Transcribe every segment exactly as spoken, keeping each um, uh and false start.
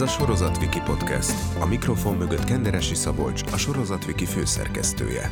Sorozatviki Podcast. A mikrofon mögött Kenderesi Szabolcs, a Sorozatviki főszerkesztője.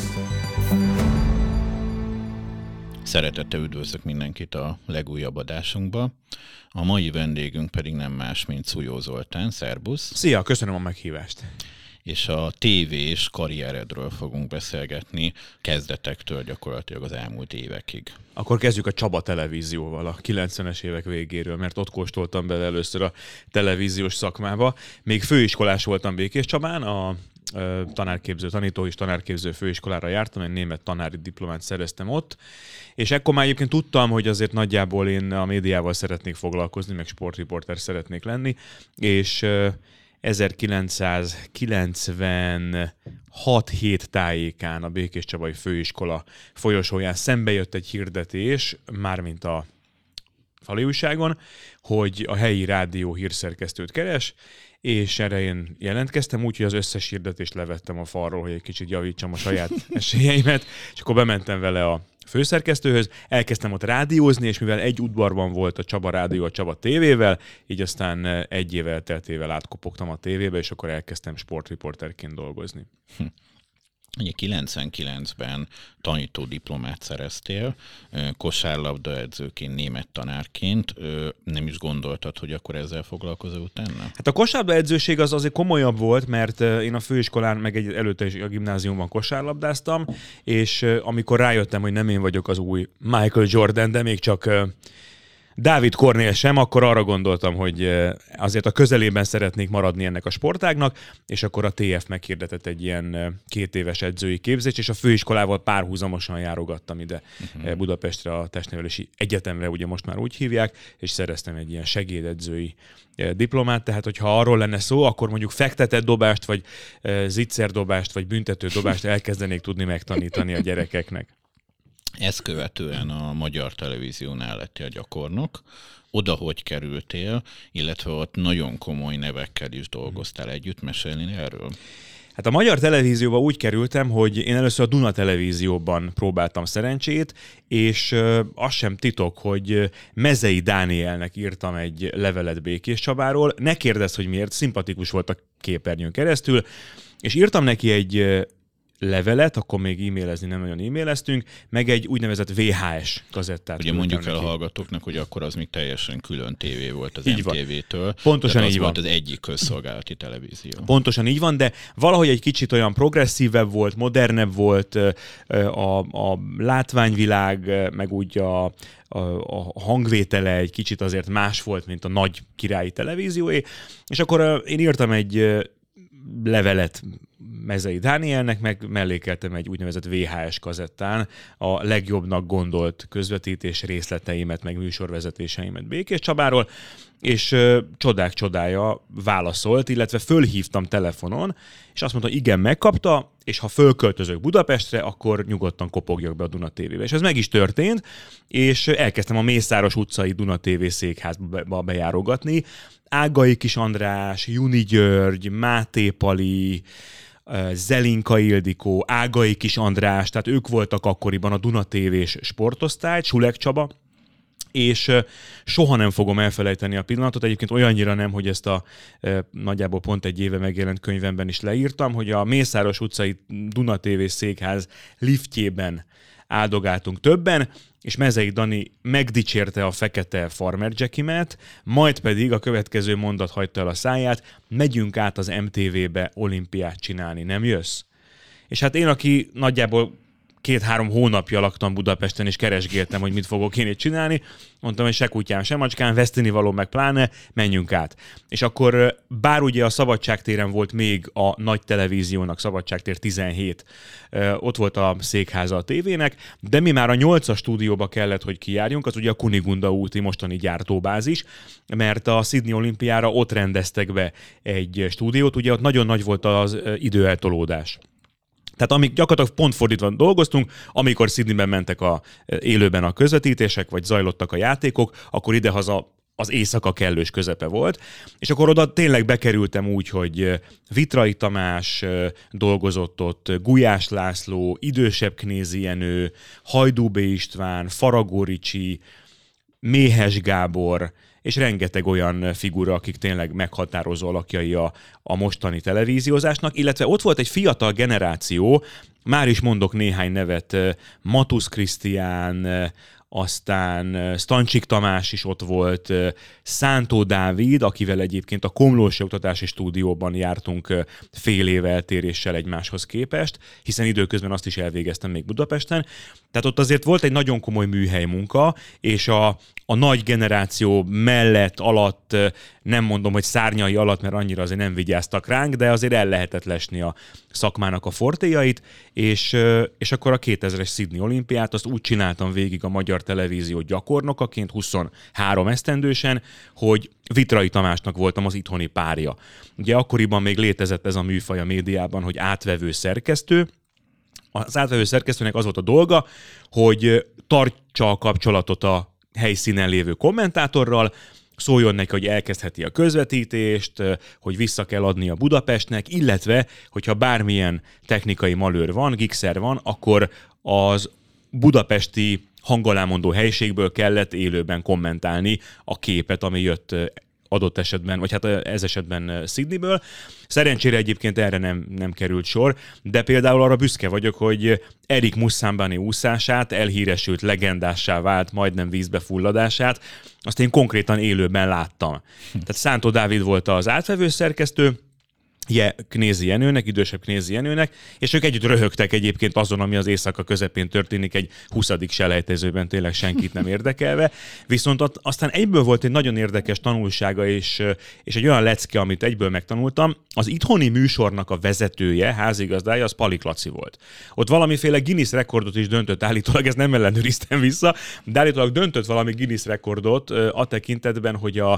Szeretettel üdvözlök mindenkit a legújabb adásunkba. A mai vendégünk pedig nem más, mint Szújó Zoltán. Szerbusz! Szia, köszönöm a meghívást! És a tévés karrieredről fogunk beszélgetni, kezdetektől gyakorlatilag az elmúlt évekig. Akkor kezdjük a Csaba televízióval a kilencvenes évek végéről, mert ott kóstoltam bele először a televíziós szakmába. Még főiskolás voltam Békéscsabán, a tanárképző, tanító és tanárképző főiskolára jártam, egy német tanári diplomát szereztem ott, és ekkor már egyébként tudtam, hogy azért nagyjából én a médiával szeretnék foglalkozni, meg sportriporter szeretnék lenni, és ezerkilencszázkilencvenhat hét tájékán a Békéscsabai Főiskola folyosóján szembe jött egy hirdetés, mármint a fali újságon, hogy a helyi rádió hírszerkesztőt keres, és erre én jelentkeztem, úgyhogy az összes hirdetést levettem a falról, hogy egy kicsit javítsam a saját esélyeimet, és akkor bementem vele a főszerkesztőhöz, elkezdtem ott rádiózni, és mivel egy udvarban volt a Csaba Rádió a Csaba tévével, így aztán egy év elteltével átkopogtam a tévébe, és akkor elkezdtem sportriporterként dolgozni. Hm. Ugye kilencvenkilencben tanító diplomát szereztél, kosárlabda edzőként, német tanárként. Nem is gondoltad, hogy akkor ezzel foglalkozol utána? Hát a kosárlabda edzőség az azért komolyabb volt, mert én a főiskolán, meg egy előtte is a gimnáziumban kosárlabdáztam, és amikor rájöttem, hogy nem én vagyok az új Michael Jordan, de még csak Dávid Kornél sem, akkor arra gondoltam, hogy azért a közelében szeretnék maradni ennek a sportágnak, és akkor a té ef meghirdetett egy ilyen két éves edzői képzést, és a főiskolával párhuzamosan járogattam ide uh-huh. Budapestre, a testnevelési egyetemre, ugye most már úgy hívják, és szereztem egy ilyen segédedzői diplomát, tehát hogyha arról lenne szó, akkor mondjuk fektetett dobást, vagy zicserdobást, vagy büntető dobást elkezdenék tudni megtanítani a gyerekeknek. Ezt követően a Magyar Televíziónál lettél gyakornok. Oda hogy kerültél, illetve ott nagyon komoly nevekkel is dolgoztál együtt, mesélni erről? Hát a Magyar Televízióba úgy kerültem, hogy én először a Duna Televízióban próbáltam szerencsét, és az sem titok, hogy Mezei Dánielnek írtam egy levelet Békéscsabáról. Ne kérdezz, hogy miért, szimpatikus volt a képernyőn keresztül, és írtam neki egy levelet, akkor még e-mailezni nem nagyon e-maileztünk, meg egy úgynevezett vé há es kazettát. Ugye mondjuk el a hallgatóknak, hogy akkor az még teljesen külön tévé volt az így em té vé-től. Pontosan így az van. volt az egyik közszolgálati televízió. Pontosan így van, de valahogy egy kicsit olyan progresszívebb volt, modernebb volt a, a látványvilág, meg úgy a, a, a hangvétele egy kicsit azért más volt, mint a nagy királyi televízióé, és akkor én írtam egy levelet Mezei Dánielnek, meg mellékeltem egy úgynevezett vé há es kazettán a legjobbnak gondolt közvetítés részleteimet, meg műsorvezetéseimet Békéscsabáról, és ö, csodák csodája válaszolt, illetve fölhívtam telefonon, és azt mondta, igen, megkapta, és ha fölköltözök Budapestre, akkor nyugodtan kopogjak be a Duna té vébe. És ez meg is történt, és elkezdtem a Mészáros utcai Duna té vé székházba bejárogatni. Ágai Kis András, Juni György, Máté Pali, Zelinka Ildikó, Ágai Kis András, tehát ők voltak akkoriban a Duna té vés sportosztály, Sulek Csaba, és soha nem fogom elfelejteni a pillanatot, egyébként olyannyira nem, hogy ezt a nagyjából pont egy éve megjelent könyvemben is leírtam, hogy a Mészáros utcai Duna té vé székház liftjében áldogáltunk többen, és Mezei Dani megdicsérte a fekete Farmer Jackimet, majd pedig a következő mondat hagyta el a száját, megyünk át az em té vébe olimpiát csinálni, nem jössz? És hát én, aki nagyjából két-három hónapja laktam Budapesten, és keresgéltem, hogy mit fogok én itt csinálni, mondtam, hogy se kutyám, se macskám, veszteni való meg pláne, menjünk át. És akkor bár ugye a Szabadságtéren volt még a nagy televíziónak, Szabadságtér tizenhét, ott volt a székháza a tévének, de mi már a nyolcas stúdióba kellett, hogy kijárjunk, az ugye a Kunigunda úti mostani gyártóbázis, mert a Sydney olimpiára ott rendeztek be egy stúdiót, ugye ott nagyon nagy volt az időeltolódás. Tehát amik gyakorlatilag pont fordítva dolgoztunk, amikor Sydneyben mentek a élőben a közvetítések, vagy zajlottak a játékok, akkor idehaza az éjszaka kellős közepe volt, és akkor oda tényleg bekerültem úgy, hogy Vitrai Tamás dolgozott ott, Gulyás László, idősebb Knézi Jenő, Hajdú B. István, Faragó Ricsi, Méhes Gábor, és rengeteg olyan figura, akik tényleg meghatározó alakjai a, a mostani televíziózásnak, illetve ott volt egy fiatal generáció, már is mondok néhány nevet, Matusz Krisztián, aztán Stancsik Tamás is ott volt, Szántó Dávid, akivel egyébként a Komlósi Oktatási Stúdióban jártunk fél év eltéréssel egymáshoz képest, hiszen időközben azt is elvégeztem még Budapesten. Tehát ott azért volt egy nagyon komoly műhely munka, és a, a nagy generáció mellett, alatt, nem mondom, hogy szárnyai alatt, mert annyira azért nem vigyáztak ránk, de azért el lehetett lesni a szakmának a fortéjait, és, és akkor a kétezres Sydney olimpiát azt úgy csináltam végig a Magyar Televízió gyakornokaként huszonhárom esztendősen, hogy Vitrai Tamásnak voltam az itthoni párja. Ugye akkoriban még létezett ez a műfaj a médiában, hogy átvevő szerkesztő. Az átvevő szerkesztőnek az volt a dolga, hogy tartsa a kapcsolatot a helyszínen lévő kommentátorral, szóljon neki, hogy elkezdheti a közvetítést, hogy vissza kell adni a Budapestnek, illetve, hogyha bármilyen technikai malőr van, gigszer van, akkor az budapesti hangalámondó helységből kellett élőben kommentálni a képet, ami jött adott esetben, vagy hát ez esetben Sydneyből. Szerencsére egyébként erre nem, nem került sor, de például arra büszke vagyok, hogy Erik Muszambani úszását, elhíresült legendássá vált, majdnem vízbe fulladását, azt én konkrétan élőben láttam. Tehát Szántó Dávid volt az átvevő szerkesztő, Je, Knézi Jenőnek, idősebb Knézi Jenőnek, és ők együtt röhögtek egyébként azon, ami az éjszaka közepén történik egy huszadik selejtezőben, tényleg senkit nem érdekelve. Viszont ott aztán egyből volt egy nagyon érdekes tanulsága, és, és egy olyan lecke, amit egyből megtanultam. Az itthoni műsornak a vezetője, házigazdája, az Palik Laci volt. Ott valamiféle Guinness rekordot is döntött állítólag, ezt nem ellenőriztem vissza, de állítólag döntött valami Guinness rekordot a tekintetben, hogy a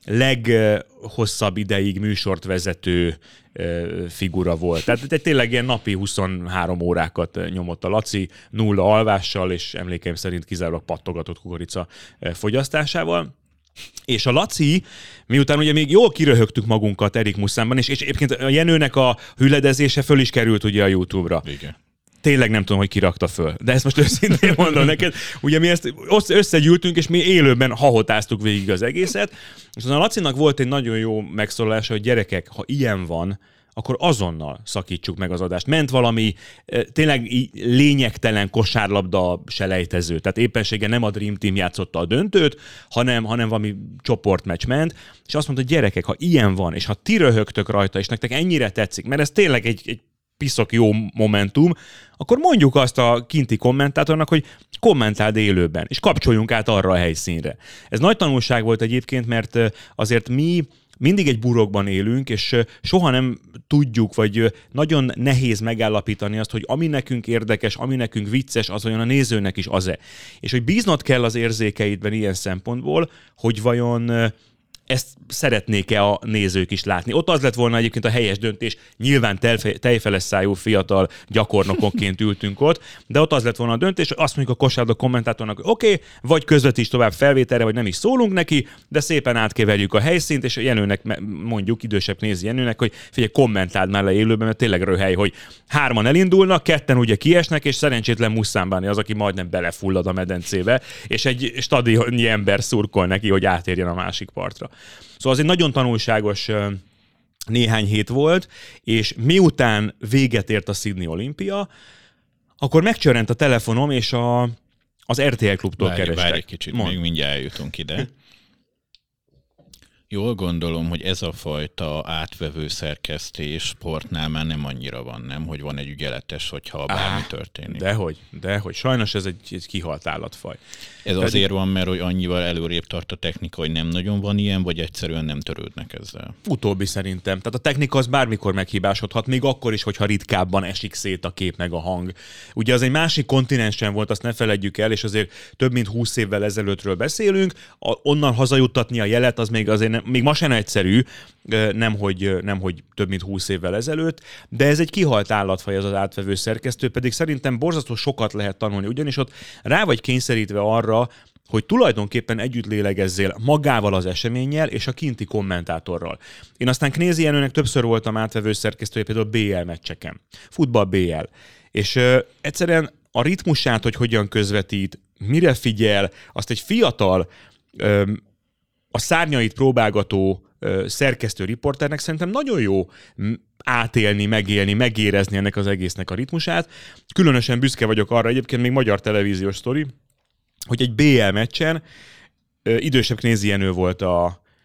leghosszabb ideig műsort vezető figura volt. Tehát tényleg ilyen napi huszonhárom órákat nyomott a Laci, nulla alvással, és emlékeim szerint kizárólag pattogatott kukorica fogyasztásával. És a Laci, miután ugye még jól kiröhögtük magunkat Erik Muszánban, és, és egyébként a Jenőnek a hüledezése föl is került ugye a YouTube-ra. Igen. Tényleg nem tudom, hogy ki rakta föl. De ezt most őszintén mondom neked. Ugye mi ezt összegyűltünk, és mi élőben hahotáztuk végig az egészet. És a Lacinak volt egy nagyon jó megszólalása, hogy gyerekek, ha ilyen van, akkor azonnal szakítsuk meg az adást. Ment valami tényleg lényegtelen kosárlabda selejtező. Tehát éppenséggel nem a Dream Team játszotta a döntőt, hanem, hanem valami csoportmeccs ment. És azt mondta, gyerekek, ha ilyen van, és ha ti röhögtök rajta, és nektek ennyire tetszik, mert ez tényleg egy, egy piszok jó momentum, akkor mondjuk azt a kinti kommentátornak, hogy kommentáld élőben, és kapcsoljunk át arra a helyszínre. Ez nagy tanulság volt egyébként, mert azért mi mindig egy burokban élünk, és soha nem tudjuk, vagy nagyon nehéz megállapítani azt, hogy ami nekünk érdekes, ami nekünk vicces, az olyan a nézőnek is az-e. És hogy bíznod kell az érzékeidben ilyen szempontból, hogy vajon ezt szeretnék-e a nézők is látni. Ott az lett volna egyébként a helyes döntés, nyilván tejfeles szájú fiatal gyakornokonként ültünk ott, de ott az lett volna a döntés, hogy azt mondjuk a kosárlabda kommentátornak, hogy oké, okay, vagy közvetíts tovább felvételre, vagy nem is szólunk neki, de szépen átkeverjük a helyszínt, és Jenőnek, mondjuk idősebb Knézi Jenőnek, hogy figyelj, kommentáld már le élőben, mert tényleg röhely, hogy hárman elindulnak, ketten ugye kiesnek, és szerencsétlen Muszambani az, aki majdnem belefullad a medencébe, és egy stadionnyi ember szurkol neki, hogy átérjen a másik partra. Szóval az egy nagyon tanulságos néhány hét volt, és miután véget ért a Sydney olimpia, akkor megcsörrent a telefonom, és a, az er té el klubtól várj, kerestek. Várj egy kicsit, Mond. még mindjárt eljutunk ide. Jól gondolom, hogy ez a fajta átvevő szerkesztés sportnál már nem annyira van, nem? Hogy van egy ügyeletes, hogyha bármi történik. Dehogy, dehogy. Sajnos ez egy, egy kihalt állatfaj. Ez Pedig... azért van, mert hogy annyival előrébb tart a technika, hogy nem nagyon van ilyen, vagy egyszerűen nem törődnek ezzel? Utóbbi szerintem. Tehát a technika az bármikor meghibásodhat, még akkor is, hogyha ritkábban esik szét a kép meg a hang. Ugye az egy másik kontinensen volt, azt ne feledjük el, és azért több mint húsz évvel ezelőttről beszélünk. A, onnan hazajuttatni a jelet, az még azért nem, még ma sem egyszerű, nemhogy, nemhogy több mint húsz évvel ezelőtt, de ez egy kihalt állatfaj, az az átvevő szerkesztő, pedig szerintem borzasztó sokat lehet tanulni, ugyanis ott rá vagy kényszerítve arra, hogy tulajdonképpen együtt lélegezzél magával az eseménnyel és a kinti kommentátorral. Én aztán Knézi Jenőnek többször voltam átvevő szerkesztője, például bé el meccseken, futball bé el, és ö, egyszerűen a ritmusát, hogy hogyan közvetít, mire figyel, azt egy fiatal, ö, a szárnyait próbálgató szerkesztő riporternek szerintem nagyon jó átélni, megélni, megérezni ennek az egésznek a ritmusát. Különösen büszke vagyok arra, egyébként még magyar televíziós sztori, hogy egy bé el meccsen idősebb Knézi Jenő volt a,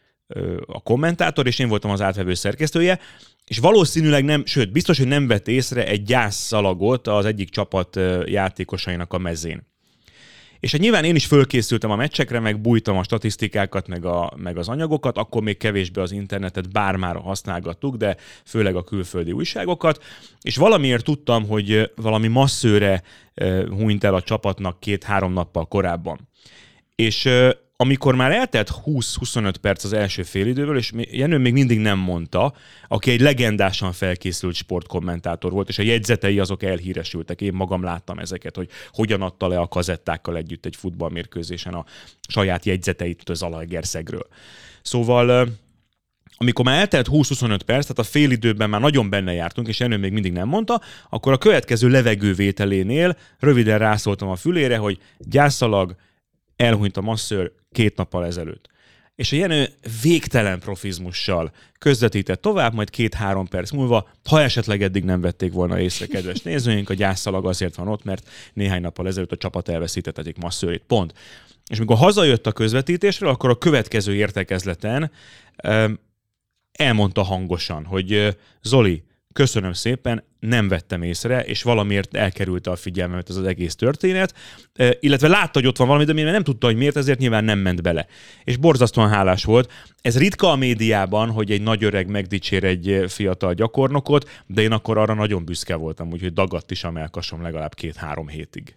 a kommentátor, és én voltam az átvevő szerkesztője, és valószínűleg nem, sőt, biztos, hogy nem vett észre egy gyászszalagot az egyik csapat játékosainak a mezén. És hát nyilván én is fölkészültem a meccsekre, meg bújtam a statisztikákat, meg, a, meg az anyagokat, akkor még kevésbé az internetet, bár már használgattuk, de főleg a külföldi újságokat, és valamiért tudtam, hogy valami masszőre hunyt el a csapatnak két-három nappal korábban. És amikor már eltelt húsz-huszonöt perc az első félidőből, és Jenő még mindig nem mondta, aki egy legendásan felkészült sportkommentátor volt, és a jegyzetei azok elhíresültek. Én magam láttam ezeket, hogy hogyan adta le a kazettákkal együtt egy futballmérkőzésen a saját jegyzeteit Zalaegerszegről. Szóval amikor már eltelt húsz-huszonöt perc, tehát a félidőben már nagyon benne jártunk, és Jenő még mindig nem mondta, akkor a következő levegővételénél röviden rászóltam a fülére, hogy gyászalag, elhunyt a masszőr két nappal ezelőtt. És a Jenő végtelen profizmussal közvetített tovább, majd két-három perc múlva, ha esetleg eddig nem vették volna észre, kedves nézőink, a gyászszalag azért van ott, mert néhány nappal ezelőtt a csapat elveszített egyik masszőrét. Pont. És amikor hazajött a közvetítésről, akkor a következő értekezleten um, elmondta hangosan, hogy Zoli, köszönöm szépen, nem vettem észre, és valamiért elkerülte a figyelmemet ez az egész történet, illetve látta, hogy ott van valami, de mivel nem tudta, hogy miért, ezért nyilván nem ment bele. És borzasztóan hálás volt. Ez ritka a médiában, hogy egy nagy öreg megdicsér egy fiatal gyakornokot, de én akkor arra nagyon büszke voltam, úgyhogy dagadt is a mellkasom legalább két-három hétig.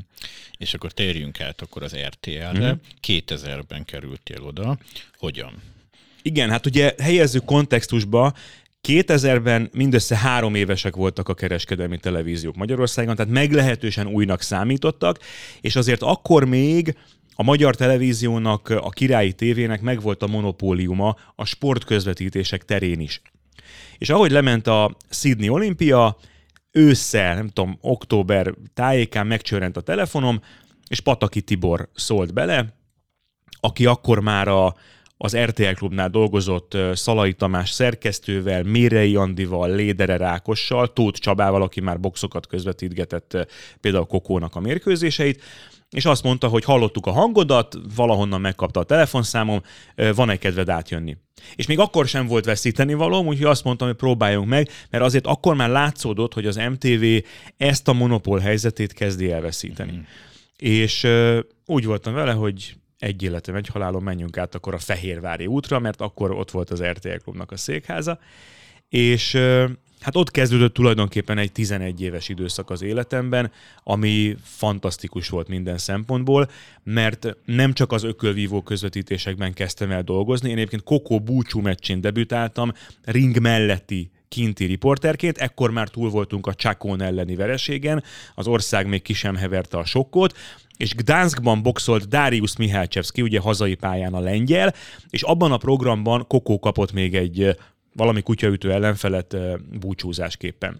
És akkor térjünk át akkor az er té el-re. Mm-hmm. kétezerben kerültél oda. Hogyan? Igen, hát ugye helyezzük kontextusba, kétezerben mindössze három évesek voltak a kereskedelmi televíziók Magyarországon, tehát meglehetősen újnak számítottak, és azért akkor még a magyar televíziónak, a Királyi tévének megvolt a monopóliuma a sportközvetítések terén is. És ahogy lement a Sydney olimpia, ősszel, nem tudom, október tájékán megcsörrent a telefonom, és Pataki Tibor szólt bele, aki akkor már a az er té el Klubnál dolgozott Szalai Tamás szerkesztővel, Mérei Andival, Lédere Rákossal, Tóth Csabával, aki már boxokat közvetítgetett például Kokónak a mérkőzéseit, és azt mondta, hogy hallottuk a hangodat, valahonnan megkapta a telefonszámom, van-e kedved átjönni. És még akkor sem volt veszíteni valóm, úgyhogy azt mondtam, hogy próbáljunk meg, mert azért akkor már látszódott, hogy az em té vé ezt a monopól helyzetét kezdi elveszíteni. Mm. És úgy voltam vele, hogy egy életem, egy halálom, menjünk át akkor a Fehérvári útra, mert akkor ott volt az er té el Klubnak a székháza, és hát ott kezdődött tulajdonképpen egy tizenegy éves időszak az életemben, ami fantasztikus volt minden szempontból, mert nem csak az ökölvívó közvetítésekben kezdtem el dolgozni, én egyébként Kokó búcsú meccsén debütáltam, ring melletti kinti riporterként, ekkor már túl voltunk a Csakón elleni vereségen, az ország még ki sem heverte a sokkot, és Gdanskban boxolt Dariusz Mihalcsevszki, ugye hazai pályán a lengyel, és abban a programban Kokó kapott még egy valami kutyaütő ellenfelet búcsúzásképpen.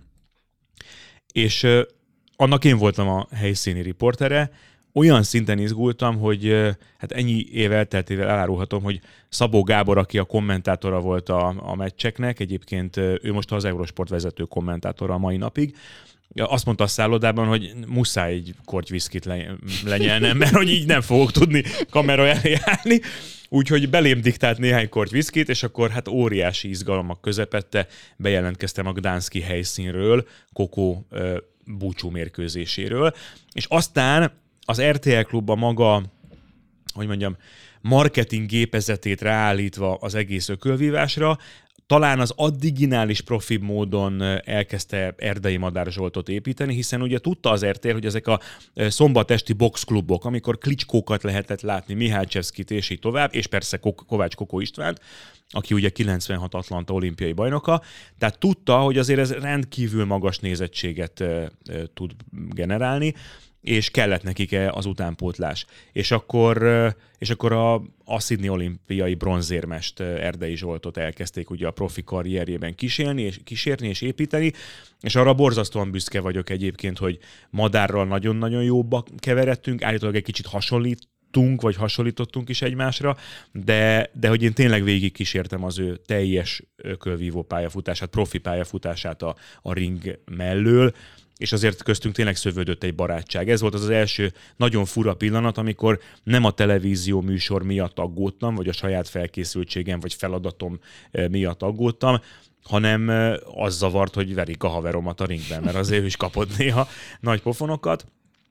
És annak én voltam a helyszíni riportere, olyan szinten izgultam, hogy hát ennyi év elteltével elárulhatom, hogy Szabó Gábor, aki a kommentátora volt a, a meccseknek, egyébként ő most az Eurosport vezető kommentátora a mai napig, azt mondta a szállodában, hogy muszáj egy korty viszkit le, lenyelnem, mert hogy így nem fogok tudni kamera elé állni. Úgyhogy belém diktált néhány korty viszkit, és akkor hát óriási izgalmak közepette bejelentkeztem a gdanszki helyszínről, Kokó uh, búcsú mérkőzéséről. És aztán az er té el Klub a maga, hogy mondjam, marketing gépezetét ráállítva az egész ökölvívásra, talán az addiginális profibb módon elkezdte Erdei Madár Zsoltot építeni, hiszen ugye tudta az er té el, hogy ezek a szombat esti boxklubok, amikor Klitschkókat lehetett látni, Mihalcsevszkit és így tovább, és persze Kovács Kokó Istvánt, aki ugye kilencvenhat Atlanta olimpiai bajnoka, tehát tudta, hogy azért ez rendkívül magas nézettséget e, e, tud generálni, és kellett nekik az utánpótlás. És akkor, és akkor a, a Sydney olimpiai bronzérmest Erdei Zsoltot elkezdték ugye a profi karrierjében kísérni és, kísérni és építeni, és arra borzasztóan büszke vagyok egyébként, hogy Madárral nagyon-nagyon jóba keveredtünk, állítólag egy kicsit hasonlít tudtunk, vagy hasonlítottunk is egymásra, de, de hogy én tényleg végig kísértem az ő teljes ökölvívó pályafutását, profi pályafutását a, a ring mellől, és azért köztünk tényleg szövődött egy barátság. Ez volt az az első nagyon fura pillanat, amikor nem a televízió műsor miatt aggódtam, vagy a saját felkészültségem, vagy feladatom miatt aggódtam, hanem az zavart, hogy verik a haveromat a ringben, mert azért ő is kapott néha nagy pofonokat,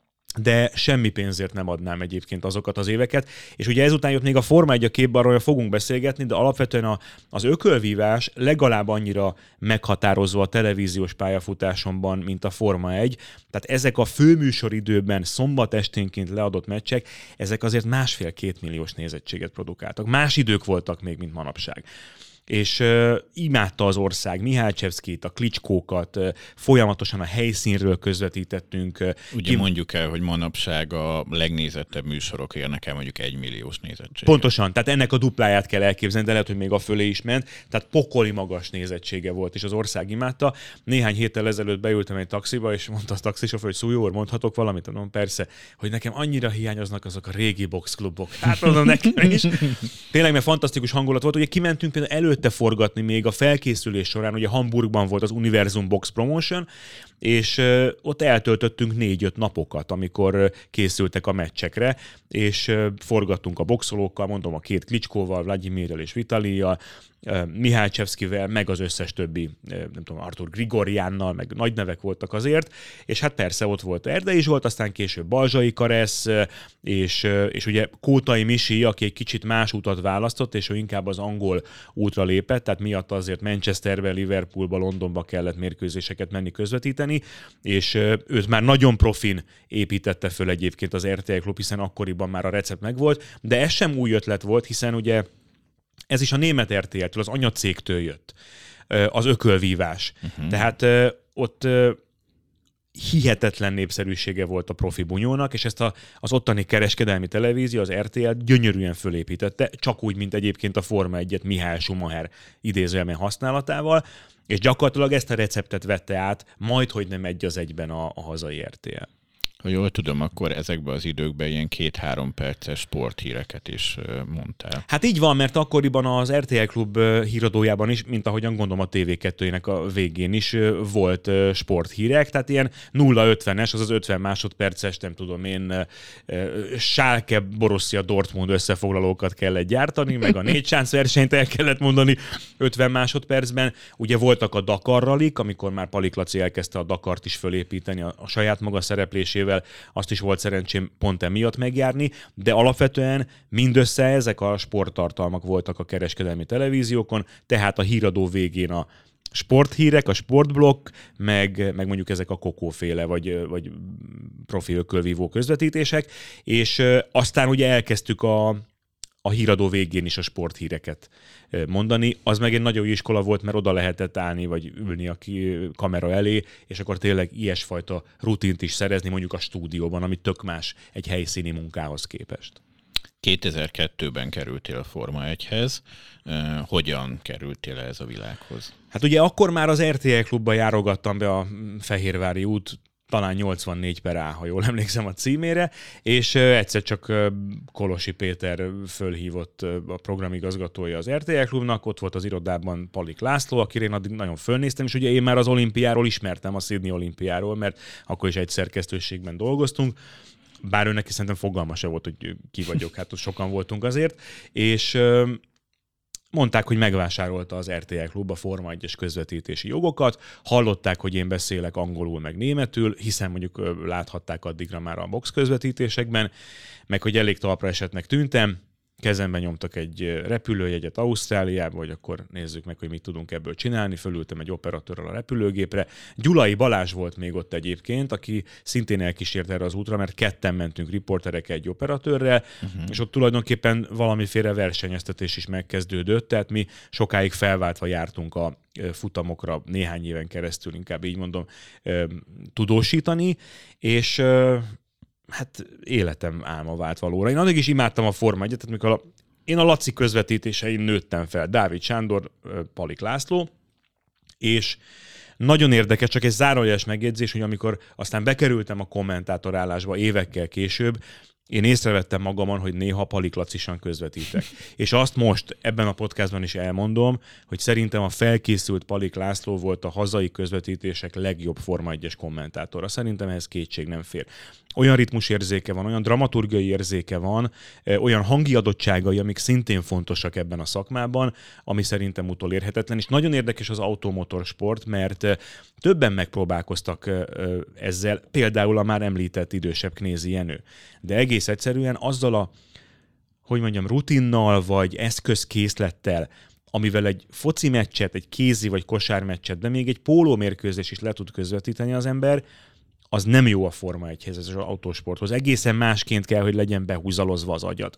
de semmi pénzért nem adnám egyébként azokat az éveket. És ugye ezután jött még a Forma egy a képbe, arról fogunk beszélgetni, de alapvetően a, az ökölvívás legalább annyira meghatározó a televíziós pályafutásomban, mint a Forma egy. Tehát ezek a főműsoridőben szombat esténként leadott meccsek, ezek azért másfél-két milliós nézettséget produkáltak. Más idők voltak még, mint manapság. És uh, imádta az ország Mihalcsevszkit, a Klitschkókat, uh, folyamatosan a helyszínről közvetítettünk. Uh, Ugye ki... mondjuk el, hogy manapság a legnézettebb műsorok érnek el mondjuk egy milliós nézettséget. Pontosan, tehát ennek a dupláját kell elképzelni, de lehet, hogy még a fölé is ment. Tehát pokoli magas nézettsége volt, és az ország imádta. Néhány héttel ezelőtt beültem egy taxiba, és mondta a taxisofőr, hogy Szújó úr, mondhatok valamit? Mondom, persze, hogy nekem annyira hiányoznak azok a régi boxklubok. Hát mondom nekem is. Tényleg, mert fantasztikus hangulat volt. Ugye kimentünk például elő előtte forgatni még a felkészülés során, ugye Hamburgban volt az Universum Box Promotion, és uh, ott eltöltöttünk négy-öt napokat, amikor uh, készültek a meccsekre, és uh, forgattunk a boxolókkal, mondom a két Klitschkóval, Vladimirrel és Vitalijjal, uh, Mihalcsevszkivel, meg az összes többi, uh, nem tudom, Artur Grigorjánnal, meg nagy nevek voltak azért, és hát persze ott volt Erdei Zsolt, aztán később Balzsai Karesz, uh, és, uh, és ugye Kótai Misi, aki egy kicsit más utat választott, és ő inkább az angol útra lépett, tehát miatt azért Manchesterbe, Liverpoolba, Londonba kellett mérkőzéseket menni közvetíteni, és őt már nagyon profin építette föl egyébként az er té el Klub, hiszen akkoriban már a recept megvolt, de ez sem új ötlet volt, hiszen ugye ez is a német er té el-től, az anyacégtől jött, az ökölvívás. Uh-huh. Tehát ott hihetetlen népszerűsége volt a profi bunyónak, és ezt a, az ottani kereskedelmi televízió, az er té el gyönyörűen fölépítette, csak úgy, mint egyébként a Forma egyet Mihály Schumacher idézőjelben használatával, és gyakorlatilag ezt a receptet vette át, majd hogy nem egy az egyben a, a hazai er té el. Ha jól tudom, akkor ezekben az időkben ilyen két-három perces sporthíreket is mondtál. Hát így van, mert akkoriban az er té el Klub híradójában is, mint ahogyan gondolom a té vé kettőjének a végén is volt sporthírek, tehát ilyen nulla ötvenes, azaz ötven másodperces, nem tudom én, Schalke Borussia Dortmund összefoglalókat kellett gyártani, meg a négy sánc versenyt el kellett mondani ötven másodpercben. Ugye voltak a Dakar rallyk, amikor már Palik Laci elkezdte a Dakart is fölépíteni a, a saját maga szereplésével, azt is volt szerencsém pont emiatt megjárni, de alapvetően mindössze ezek a sporttartalmak voltak a kereskedelmi televíziókon, tehát a híradó végén a sporthírek, a sportblokk, meg, meg mondjuk ezek a kokóféle, vagy, vagy profi ökölvívó közvetítések, és aztán ugye elkezdtük a, a híradó végén is a sporthíreket mondani. Az meg egy nagyon jó iskola volt, mert oda lehetett állni, vagy ülni a kamera elé, és akkor tényleg ilyesfajta rutint is szerezni mondjuk a stúdióban, ami tök más egy helyszíni munkához képest. kétezer-kettőben kerültél a Forma egyhez. Hogyan kerültél ez a világhoz? Hát ugye akkor már az er té el Klubba járogattam be a Fehérvári út, talán nyolcvannégy per A, ha jól emlékszem a címére, és egyszer csak Kolosi Péter fölhívott a programigazgatója az er té el Klubnak, ott volt az irodában Palik László, akire én addig nagyon fölnéztem, és ugye én már az olimpiáról ismertem, a Sydney olimpiáról, mert akkor is egy szerkesztőségben dolgoztunk, bár őnek szerintem fogalma se volt, hogy ki vagyok, hát ott sokan voltunk azért, és mondták, hogy megvásárolta az er té el Klub a Forma egyes közvetítési jogokat, hallották, hogy én beszélek angolul meg németül, hiszen mondjuk láthatták addigra már a box közvetítésekben, meg hogy elég talpra esettnek tűntem, kezemben nyomtak egy repülőjegyet Ausztráliába, hogy akkor nézzük meg, hogy mit tudunk ebből csinálni. Fölültem egy operatőrrel a repülőgépre. Gyulai Balázs volt még ott egyébként, aki szintén elkísért erre az útra, mert ketten mentünk riporterek egy operatőrrel, uh-huh. és ott tulajdonképpen valamiféle versenyeztetés is megkezdődött, tehát mi sokáig felváltva jártunk a futamokra néhány éven keresztül, inkább így mondom, tudósítani, és hát életem álma vált valóra. Én addig is imádtam a Forma egyet, tehát mikor a, én a Laci közvetítésein nőttem fel, Dávid Sándor, Palik László, és nagyon érdekes, csak egy zárójeles megjegyzés, hogy amikor aztán bekerültem a kommentátorállásba évekkel később, én észrevettem magamon, hogy néha paliklacisan közvetítek. És azt most ebben a podcastban is elmondom, hogy szerintem a felkészült Palik László volt a hazai közvetítések legjobb Forma egyes kommentátora. Szerintem ehhez kétség nem fér. Olyan ritmusérzéke van, olyan dramaturgiai érzéke van, olyan hangi adottságai, amik szintén fontosak ebben a szakmában, ami szerintem utolérhetetlen. És nagyon érdekes az automotorsport, mert többen megpróbálkoztak ezzel, például a már említett idősebb Knézi Jenő. De egész egyszerűen azzal a, hogy mondjam, rutinnal vagy eszközkészlettel, amivel egy foci meccset, egy kézi vagy kosármeccset, de még egy pólómérkőzés is le tud közvetíteni az ember, az nem jó a Forma egyhez, ez az autósporthoz. Egészen másként kell, hogy legyen behúzalozva az agyad.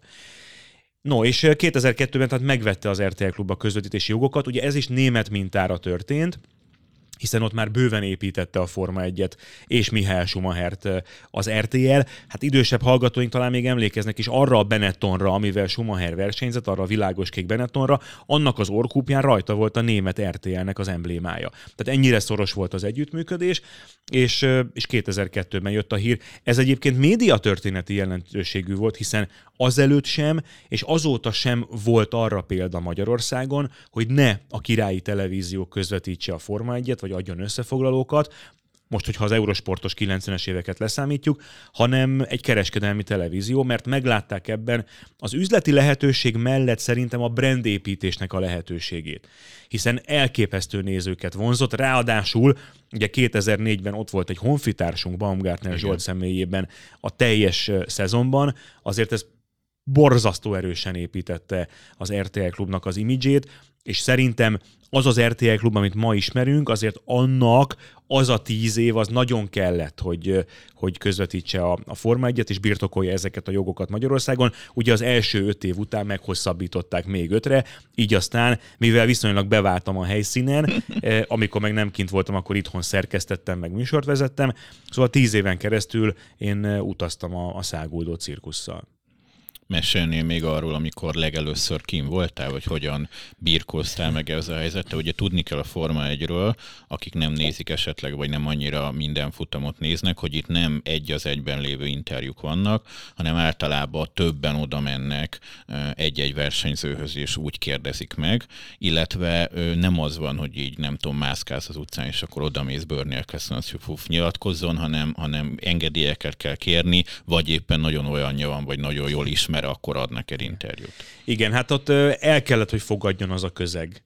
No, és kétezer-kettőben tehát megvette az er té el Klub a közvetítési jogokat, ugye ez is német mintára történt, hiszen ott már bőven építette a Forma egyet és Michael Schumachert az er té el. Hát idősebb hallgatóink talán még emlékeznek is arra a Benettonra, amivel Schumacher versenyzett, arra a világos kék Benettonra, annak az orrkúpján rajta volt a német er té elnek az emblémája. Tehát ennyire szoros volt az együttműködés, és, és kétezer-kettőben jött a hír. Ez egyébként médiatörténeti jelentőségű volt, hiszen azelőtt sem, és azóta sem volt arra példa Magyarországon, hogy ne a királyi televízió közvetítse a Forma egyet, vagy adjon összefoglalókat, most, hogyha az Eurosportos kilencvenes éveket leszámítjuk, hanem egy kereskedelmi televízió, mert meglátták ebben az üzleti lehetőség mellett szerintem a brandépítésnek a lehetőségét. Hiszen elképesztő nézőket vonzott, ráadásul ugye kétezer-négyben ott volt egy honfitársunk, Baumgartner Igen. Zsolt személyében a teljes szezonban, azért ez borzasztó erősen építette az er té el Klubnak az imidzsét, és szerintem az az er té el Klub, amit ma ismerünk, azért annak az a tíz év az nagyon kellett, hogy, hogy közvetítse a, a Forma egyet, és birtokolja ezeket a jogokat Magyarországon. Ugye az első öt év után meghosszabbították még ötre, így aztán, mivel viszonylag beváltam a helyszínen, amikor meg nem kint voltam, akkor itthon szerkesztettem, meg műsort vezettem, szóval tíz éven keresztül én utaztam a, a száguldó cirkusszal. Mesélnél még arról, amikor legelőször kim voltál, vagy hogyan birkóztál meg ez a helyzettel? Ugye tudni kell a Forma egyről, akik nem nézik esetleg, vagy nem annyira minden futamot néznek, hogy itt nem egy az egyben lévő interjúk vannak, hanem általában többen oda mennek egy-egy versenyzőhöz, és úgy kérdezik meg, illetve nem az van, hogy így nem tudom, mászkálsz az utcán, és akkor odamész bőrnélkeszön, az fuf, nyilatkozzon, hanem, hanem engedélyeket kell kérni, vagy éppen nagyon olyanja van, vagy nagyon jól ismer, mert akkor adnak el interjút. Igen, hát ott el kellett, hogy fogadjon az a közeg.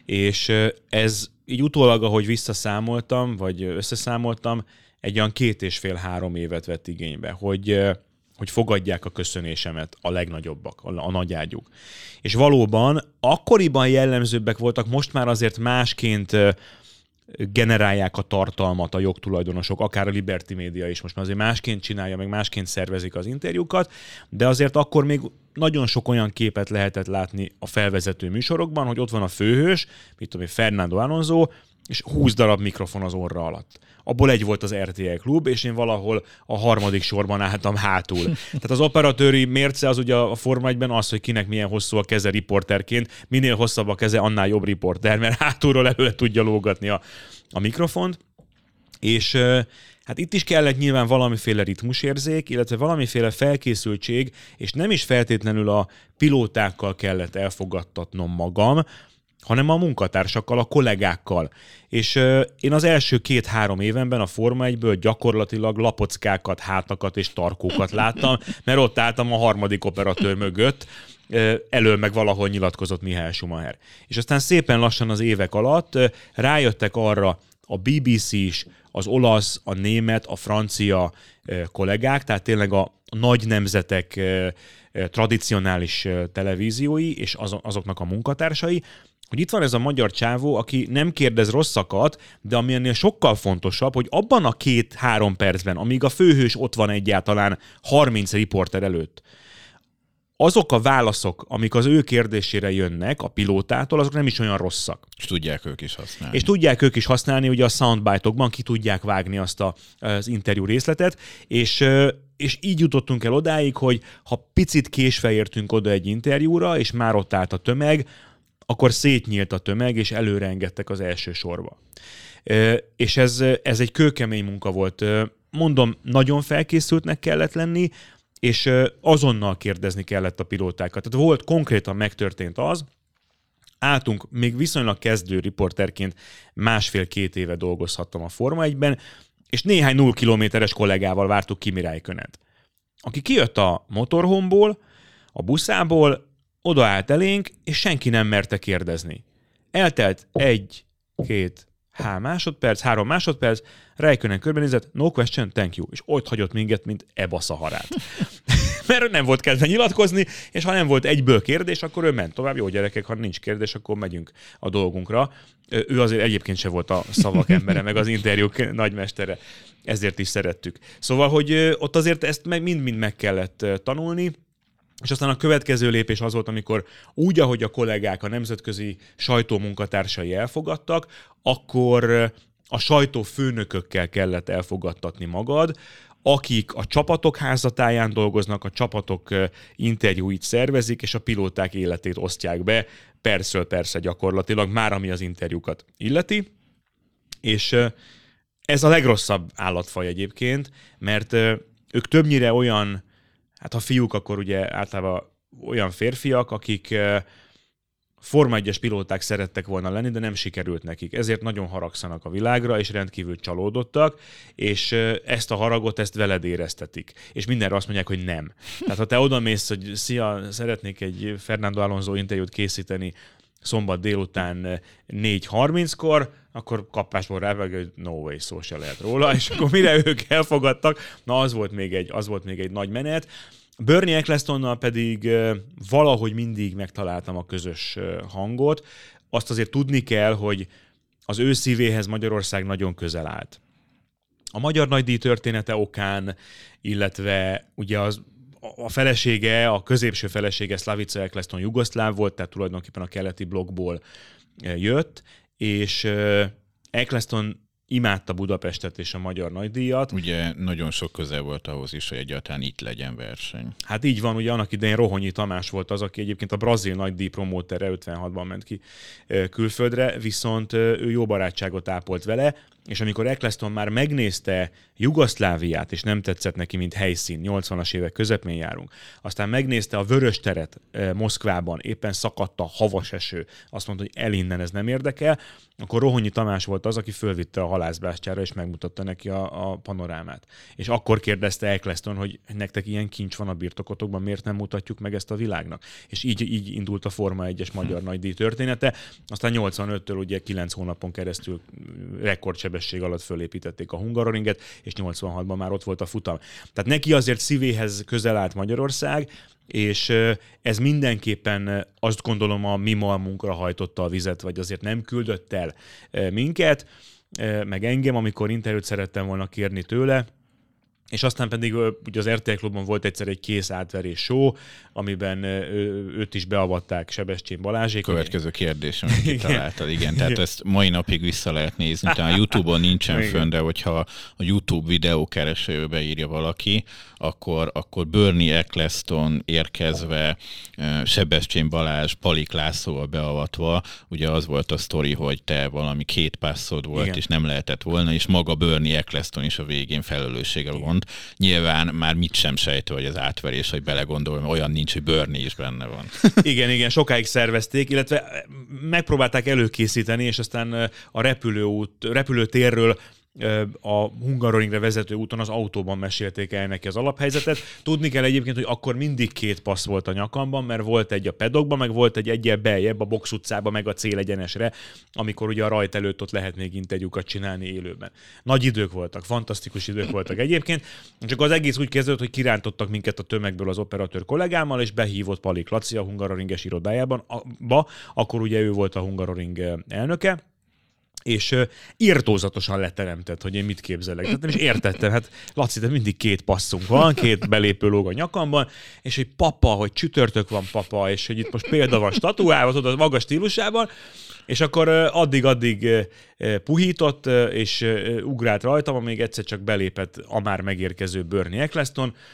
És ez így utólag, ahogy visszaszámoltam, vagy összeszámoltam, egy olyan két és fél-három évet vett igénybe, hogy, hogy fogadják a köszönésemet a legnagyobbak, a, a nagyágyúk. És valóban akkoriban jellemzőbbek voltak, most már azért másként generálják a tartalmat a jogtulajdonosok, akár a Liberty Media is most már azért másként csinálja, meg másként szervezik az interjúkat, de azért akkor még nagyon sok olyan képet lehetett látni a felvezető műsorokban, hogy ott van a főhős, mit tudom én, Fernando Alonso, és húsz darab mikrofon az orra alatt. Abból egy volt az er té el Klub, és én valahol a harmadik sorban álltam hátul. Tehát az operatőri mérce az ugye a Forma egyben az, hogy kinek milyen hosszú a keze riporterként, minél hosszabb a keze, annál jobb riporter, mert hátulról előre tudja lógatni a, a mikrofont. És hát itt is kellett nyilván valamiféle ritmusérzék, illetve valamiféle felkészültség, és nem is feltétlenül a pilótákkal kellett elfogadtatnom magam, hanem a munkatársakkal, a kollégákkal. És euh, én az első két-három évenben a Forma egyből gyakorlatilag lapockákat, hátakat és tarkókat láttam, mert ott álltam a harmadik operatőr mögött, euh, elől meg valahol nyilatkozott Michael Schumacher. És aztán szépen lassan az évek alatt euh, rájöttek arra a bé bé cé is, az olasz, a német, a francia euh, kollégák, tehát tényleg a nagy nemzetek euh, tradicionális televíziói és az, azoknak a munkatársai, hogy itt van ez a magyar csávó, aki nem kérdez rosszakat, de ami ennél sokkal fontosabb, hogy abban a két-három percben, amíg a főhős ott van egyáltalán harminc riporter előtt, azok a válaszok, amik az ő kérdésére jönnek a pilótától, azok nem is olyan rosszak. És tudják ők is használni. És tudják ők is használni, ugye a soundbite-okban ki tudják vágni azt a, az interjú részletet, és, és így jutottunk el odáig, hogy ha picit késve értünk oda egy interjúra, és már ott állt a tömeg, akkor szétnyílt a tömeg, és előre engedtek az első sorba. És ez, ez egy kőkemény munka volt. Mondom, nagyon felkészültnek kellett lenni, és azonnal kérdezni kellett a pilótákat. Tehát volt konkrétan megtörtént az, álltunk, még viszonylag kezdő riporterként másfél-két éve dolgozhattam a Forma egyben, és néhány null kilométeres kollégával vártuk Kimi Räikkönet, aki kijött a motorhomból, a buszából, odaállt elénk, és senki nem merte kérdezni. Eltelt egy, két, há másodperc, három másodperc, Räikkönen körbenézett, no question, thank you, és ott hagyott minket, mint eba szaharát. Mert nem volt kedve nyilatkozni, és ha nem volt egyből kérdés, akkor ő ment tovább. Jó gyerekek, ha nincs kérdés, akkor megyünk a dolgunkra. Ő azért egyébként se volt a szavak embere, meg az interjúk nagymestere. Ezért is szerettük. Szóval, hogy ott azért ezt mind-mind meg kellett tanulni, és aztán a következő lépés az volt, amikor úgy, ahogy a kollégák, a nemzetközi sajtómunkatársai elfogadtak, akkor a sajtófőnökökkel kellett elfogadtatni magad, akik a csapatok házatáján dolgoznak, a csapatok interjúit szervezik, és a pilóták életét osztják be, percről persze gyakorlatilag, már ami az interjúkat illeti. És ez a legrosszabb állatfaj egyébként, mert ők többnyire olyan, hát ha fiúk, akkor ugye általában olyan férfiak, akik Forma egyes pilóták szerettek volna lenni, de nem sikerült nekik. Ezért nagyon haragszanak a világra, és rendkívül csalódottak, és ezt a haragot, ezt veled éreztetik. És mindenre azt mondják, hogy nem. Tehát ha te odamész, hogy szia, szeretnék egy Fernando Alonso interjút készíteni szombat délután négy harminckor, akkor kapásból rávágja, hogy no way, szó se lehet róla, és akkor mire ők elfogadtak, na az volt még egy, az volt még egy nagy menet. Bernie Ecclestonnal pedig valahogy mindig megtaláltam a közös hangot. Azt azért tudni kell, hogy az ő szívéhez Magyarország nagyon közel állt. A Magyar Nagydíj története okán, illetve ugye az, a felesége, a középső felesége Slavica Eccleston jugoszláv volt, tehát tulajdonképpen a keleti blokkból jött, és Eccleston imádta Budapestet és a Magyar Nagydíjat. Ugye nagyon sok közel volt ahhoz is, hogy egyáltalán itt legyen verseny. Hát így van, ugye annak idején Rohonyi Tamás volt az, aki egyébként a brazil nagydíj promótere, ötvenhatban ment ki külföldre, viszont ő jó barátságot ápolt vele, és amikor Eccleston már megnézte Jugoszláviát, és nem tetszett neki, mint helyszín, nyolcvanas évek közepén járunk, aztán megnézte a Vörös teret Moszkvában, éppen szakadt a havas eső, azt mondta, hogy el innen, ez nem érdekel, akkor Rohonyi Tamás volt az, aki fölvitte a halászbástyára, és megmutatta neki a, a panorámát. És akkor kérdezte Eccleston, hogy nektek ilyen kincs van a birtokotokban, miért nem mutatjuk meg ezt a világnak? És így, így indult a Forma egyes Magyar Nagydíj története. Aztán nyolcvanöttől ugye kilenc hónapon keresztül rekordsebesség alatt fölépítették a Hungaroringet, és nyolcvanhatban már ott volt a futam. Tehát neki azért szívéhez közel állt Magyarország, és ez mindenképpen azt gondolom a mi malmunkra hajtotta a vizet, vagy azért nem küldött el minket, meg engem, amikor interjút szerettem volna kérni tőle, és aztán pedig ugye az er té el Klubban volt egyszer egy kész átverés show, amiben őt is beavatták, Sebestyén Balázsék. Következő kérdés, amit kitaláltad, igen. Tehát ezt mai napig vissza lehet nézni. Tehát a YouTube-on nincsen fönn, de hogyha a YouTube videókeresőbe írja valaki, akkor, akkor Bernie Eccleston érkezve, Sebestyén Balázs, Palik Lászlóval beavatva, ugye az volt a sztori, hogy te valami két passzod volt, igen, és nem lehetett volna, és maga Bernie Eccleston is a végén felelősséggel vont. Nyilván már mit sem sejtő, hogy az átverés, hogy belegondolom, olyan nincs, hogy Bernie is benne van. Igen, igen, sokáig szervezték, illetve megpróbálták előkészíteni, és aztán a repülőút, repülőtérről a Hungaroringre vezető úton az autóban mesélték el neki az alaphelyzetet. Tudni kell egyébként, hogy akkor mindig két passz volt a nyakamban, mert volt egy a pedokban, meg volt egy egyel beljebb a box utcába, meg a célegyenesre, amikor ugye a rajt előtt ott lehet még interjúkat csinálni élőben. Nagy idők voltak, fantasztikus idők voltak egyébként, csak az egész úgy kezdődött, hogy kirántottak minket a tömegből az operatőr kollégámmal, és behívott Palik Laci a Hungaroringes irodájában, ba, akkor ugye ő volt a Hungaroring elnöke, és uh, irtózatosan leteremtett, hogy én mit képzelek. Tehát nem is értettem, hát Laci, de mindig két passzunk van, két belépő lóg a nyakamban, és hogy papa, hogy csütörtök van papa, és hogy itt most példa van statuálva, tudod, maga stílusában, és akkor uh, addig-addig uh, puhított, uh, és uh, ugrált rajtam, amíg egyszer csak belépett a már megérkező Bernie Eccleston,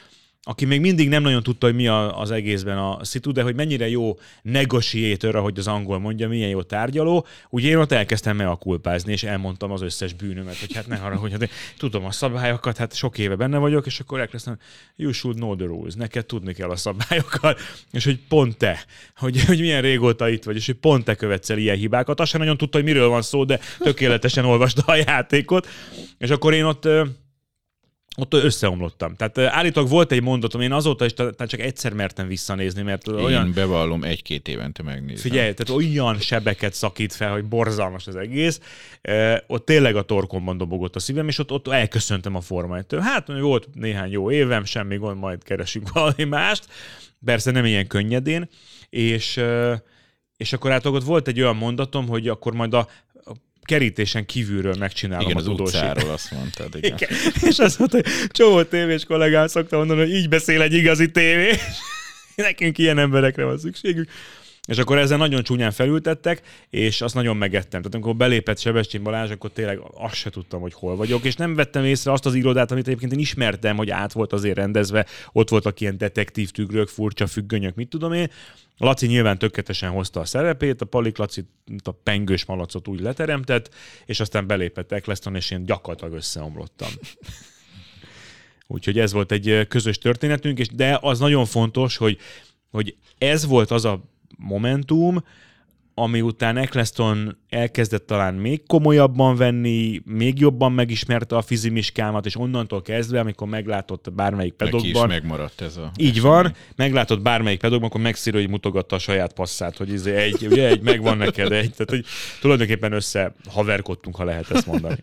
aki még mindig nem nagyon tudta, hogy mi a, az egészben a szitu, de hogy mennyire jó negotiator, ahogy az angol mondja, milyen jó tárgyaló, ugye én ott elkezdtem meakulpázni, és elmondtam az összes bűnömet, hogy hát ne haragudj, hogy tudom a szabályokat, hát sok éve benne vagyok, és akkor elkezdtem, you should know the rules, neked tudni kell a szabályokat, és hogy pont te, hogy, hogy milyen régóta itt vagy, és hogy pont te követsz el ilyen hibákat. Azt sem nagyon tudta, hogy miről van szó, de tökéletesen olvasta a játékot, és akkor én ott ott összeomlottam. Tehát állítólag volt egy mondatom, én azóta is talán csak egyszer mertem visszanézni, mert én olyan... bevallom, egy-két évente megnézem. Figyelj, tehát olyan sebeket szakít fel, hogy borzalmas az egész. E, ott tényleg a torkomban dobogott a szívem, és ott, ott elköszöntem a Forma egytől. Hát volt néhány jó évem, semmi gond, majd keresünk valami mást. Persze nem ilyen könnyedén. És, és akkor általában ott volt egy olyan mondatom, hogy akkor majd a kerítésen kívülről megcsinálom igen, az, az udósít. utcáról azt mondtad, igen. igen. És azt mondta, hogy csomó tévés kollégám szokta mondani, hogy így beszél egy igazi tévés. Nekünk ilyen emberekre van szükségük. És akkor ezzel nagyon csúnyán felültettek, és azt nagyon megettem. Tehát amikor belépett Sebestyén Balázs, akkor tényleg azt se tudtam, hogy hol vagyok, és nem vettem észre azt az irodát, amit egyébként én ismertem, hogy át volt azért rendezve, ott voltak ilyen detektív tükrök, furcsa függönyök, mit tudom én. Laci nyilván tökéletesen hozta a szerepét, a Palik Laci a pengős malacot úgy leteremtett, és aztán belépett Eccleston, és én gyakorlatilag összeomlottam. Úgyhogy ez volt egy közös történetünk, és de az nagyon fontos, hogy, hogy ez volt az a momentum, ami után Eccleston elkezdett talán még komolyabban venni, még jobban megismerte a fizimiskámat, és onnantól kezdve, amikor meglátott bármelyik pedokban... Neki is megmaradt ez a... Így esemény. Van, meglátott bármelyik pedokban, akkor megszírja, hogy mutogatta a saját passzát, hogy izé egy, ugye egy, megvan neked egy. Tehát, hogy tulajdonképpen össze haverkodtunk, ha lehet ezt mondani.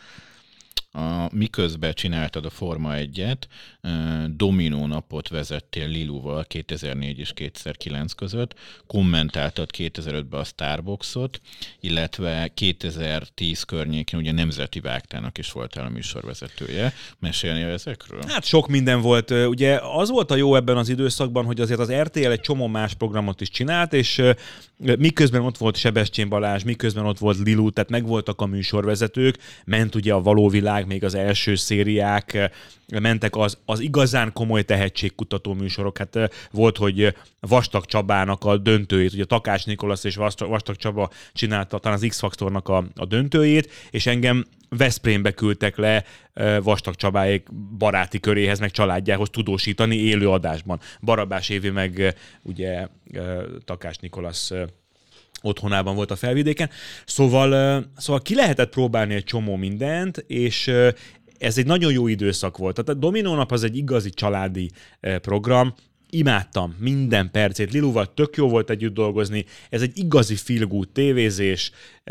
A, miközben csináltad a Forma egyet, Dominó napot vezettél Liluval kétezer-négy és kétezer-kilenc között, kommentáltad kétezer-ötben a Starboxot, illetve kétezer-tíz környékén ugye Nemzeti Vágtának is voltál a műsorvezetője. Mesélnél ezekről? Hát sok minden volt. Ugye az volt a jó ebben az időszakban, hogy azért az er té el egy csomó más programot is csinált, és miközben ott volt Sebestyén Balázs, miközben ott volt Lilu, tehát megvoltak a műsorvezetők, ment ugye a Való Világ, még az első szériák, mentek az, az igazán komoly tehetségkutató műsorok. Hát volt, hogy Vastag Csabának a döntőjét, ugye Takács Nikolasz és Vastag Csaba csinálta talán az X-faktornak a, a döntőjét, és engem Veszprémbe küldtek le Vastag Csabáék baráti köréhez, meg családjához tudósítani élő adásban. Barabás Évi meg ugye Takács Nikolasz otthonában volt a Felvidéken. Szóval, szóval ki lehetett próbálni egy csomó mindent, és ez egy nagyon jó időszak volt. Tehát a Dominó nap az egy igazi családi program, imádtam minden percét, Liluval tök jó volt együtt dolgozni, ez egy igazi feel good tévézés,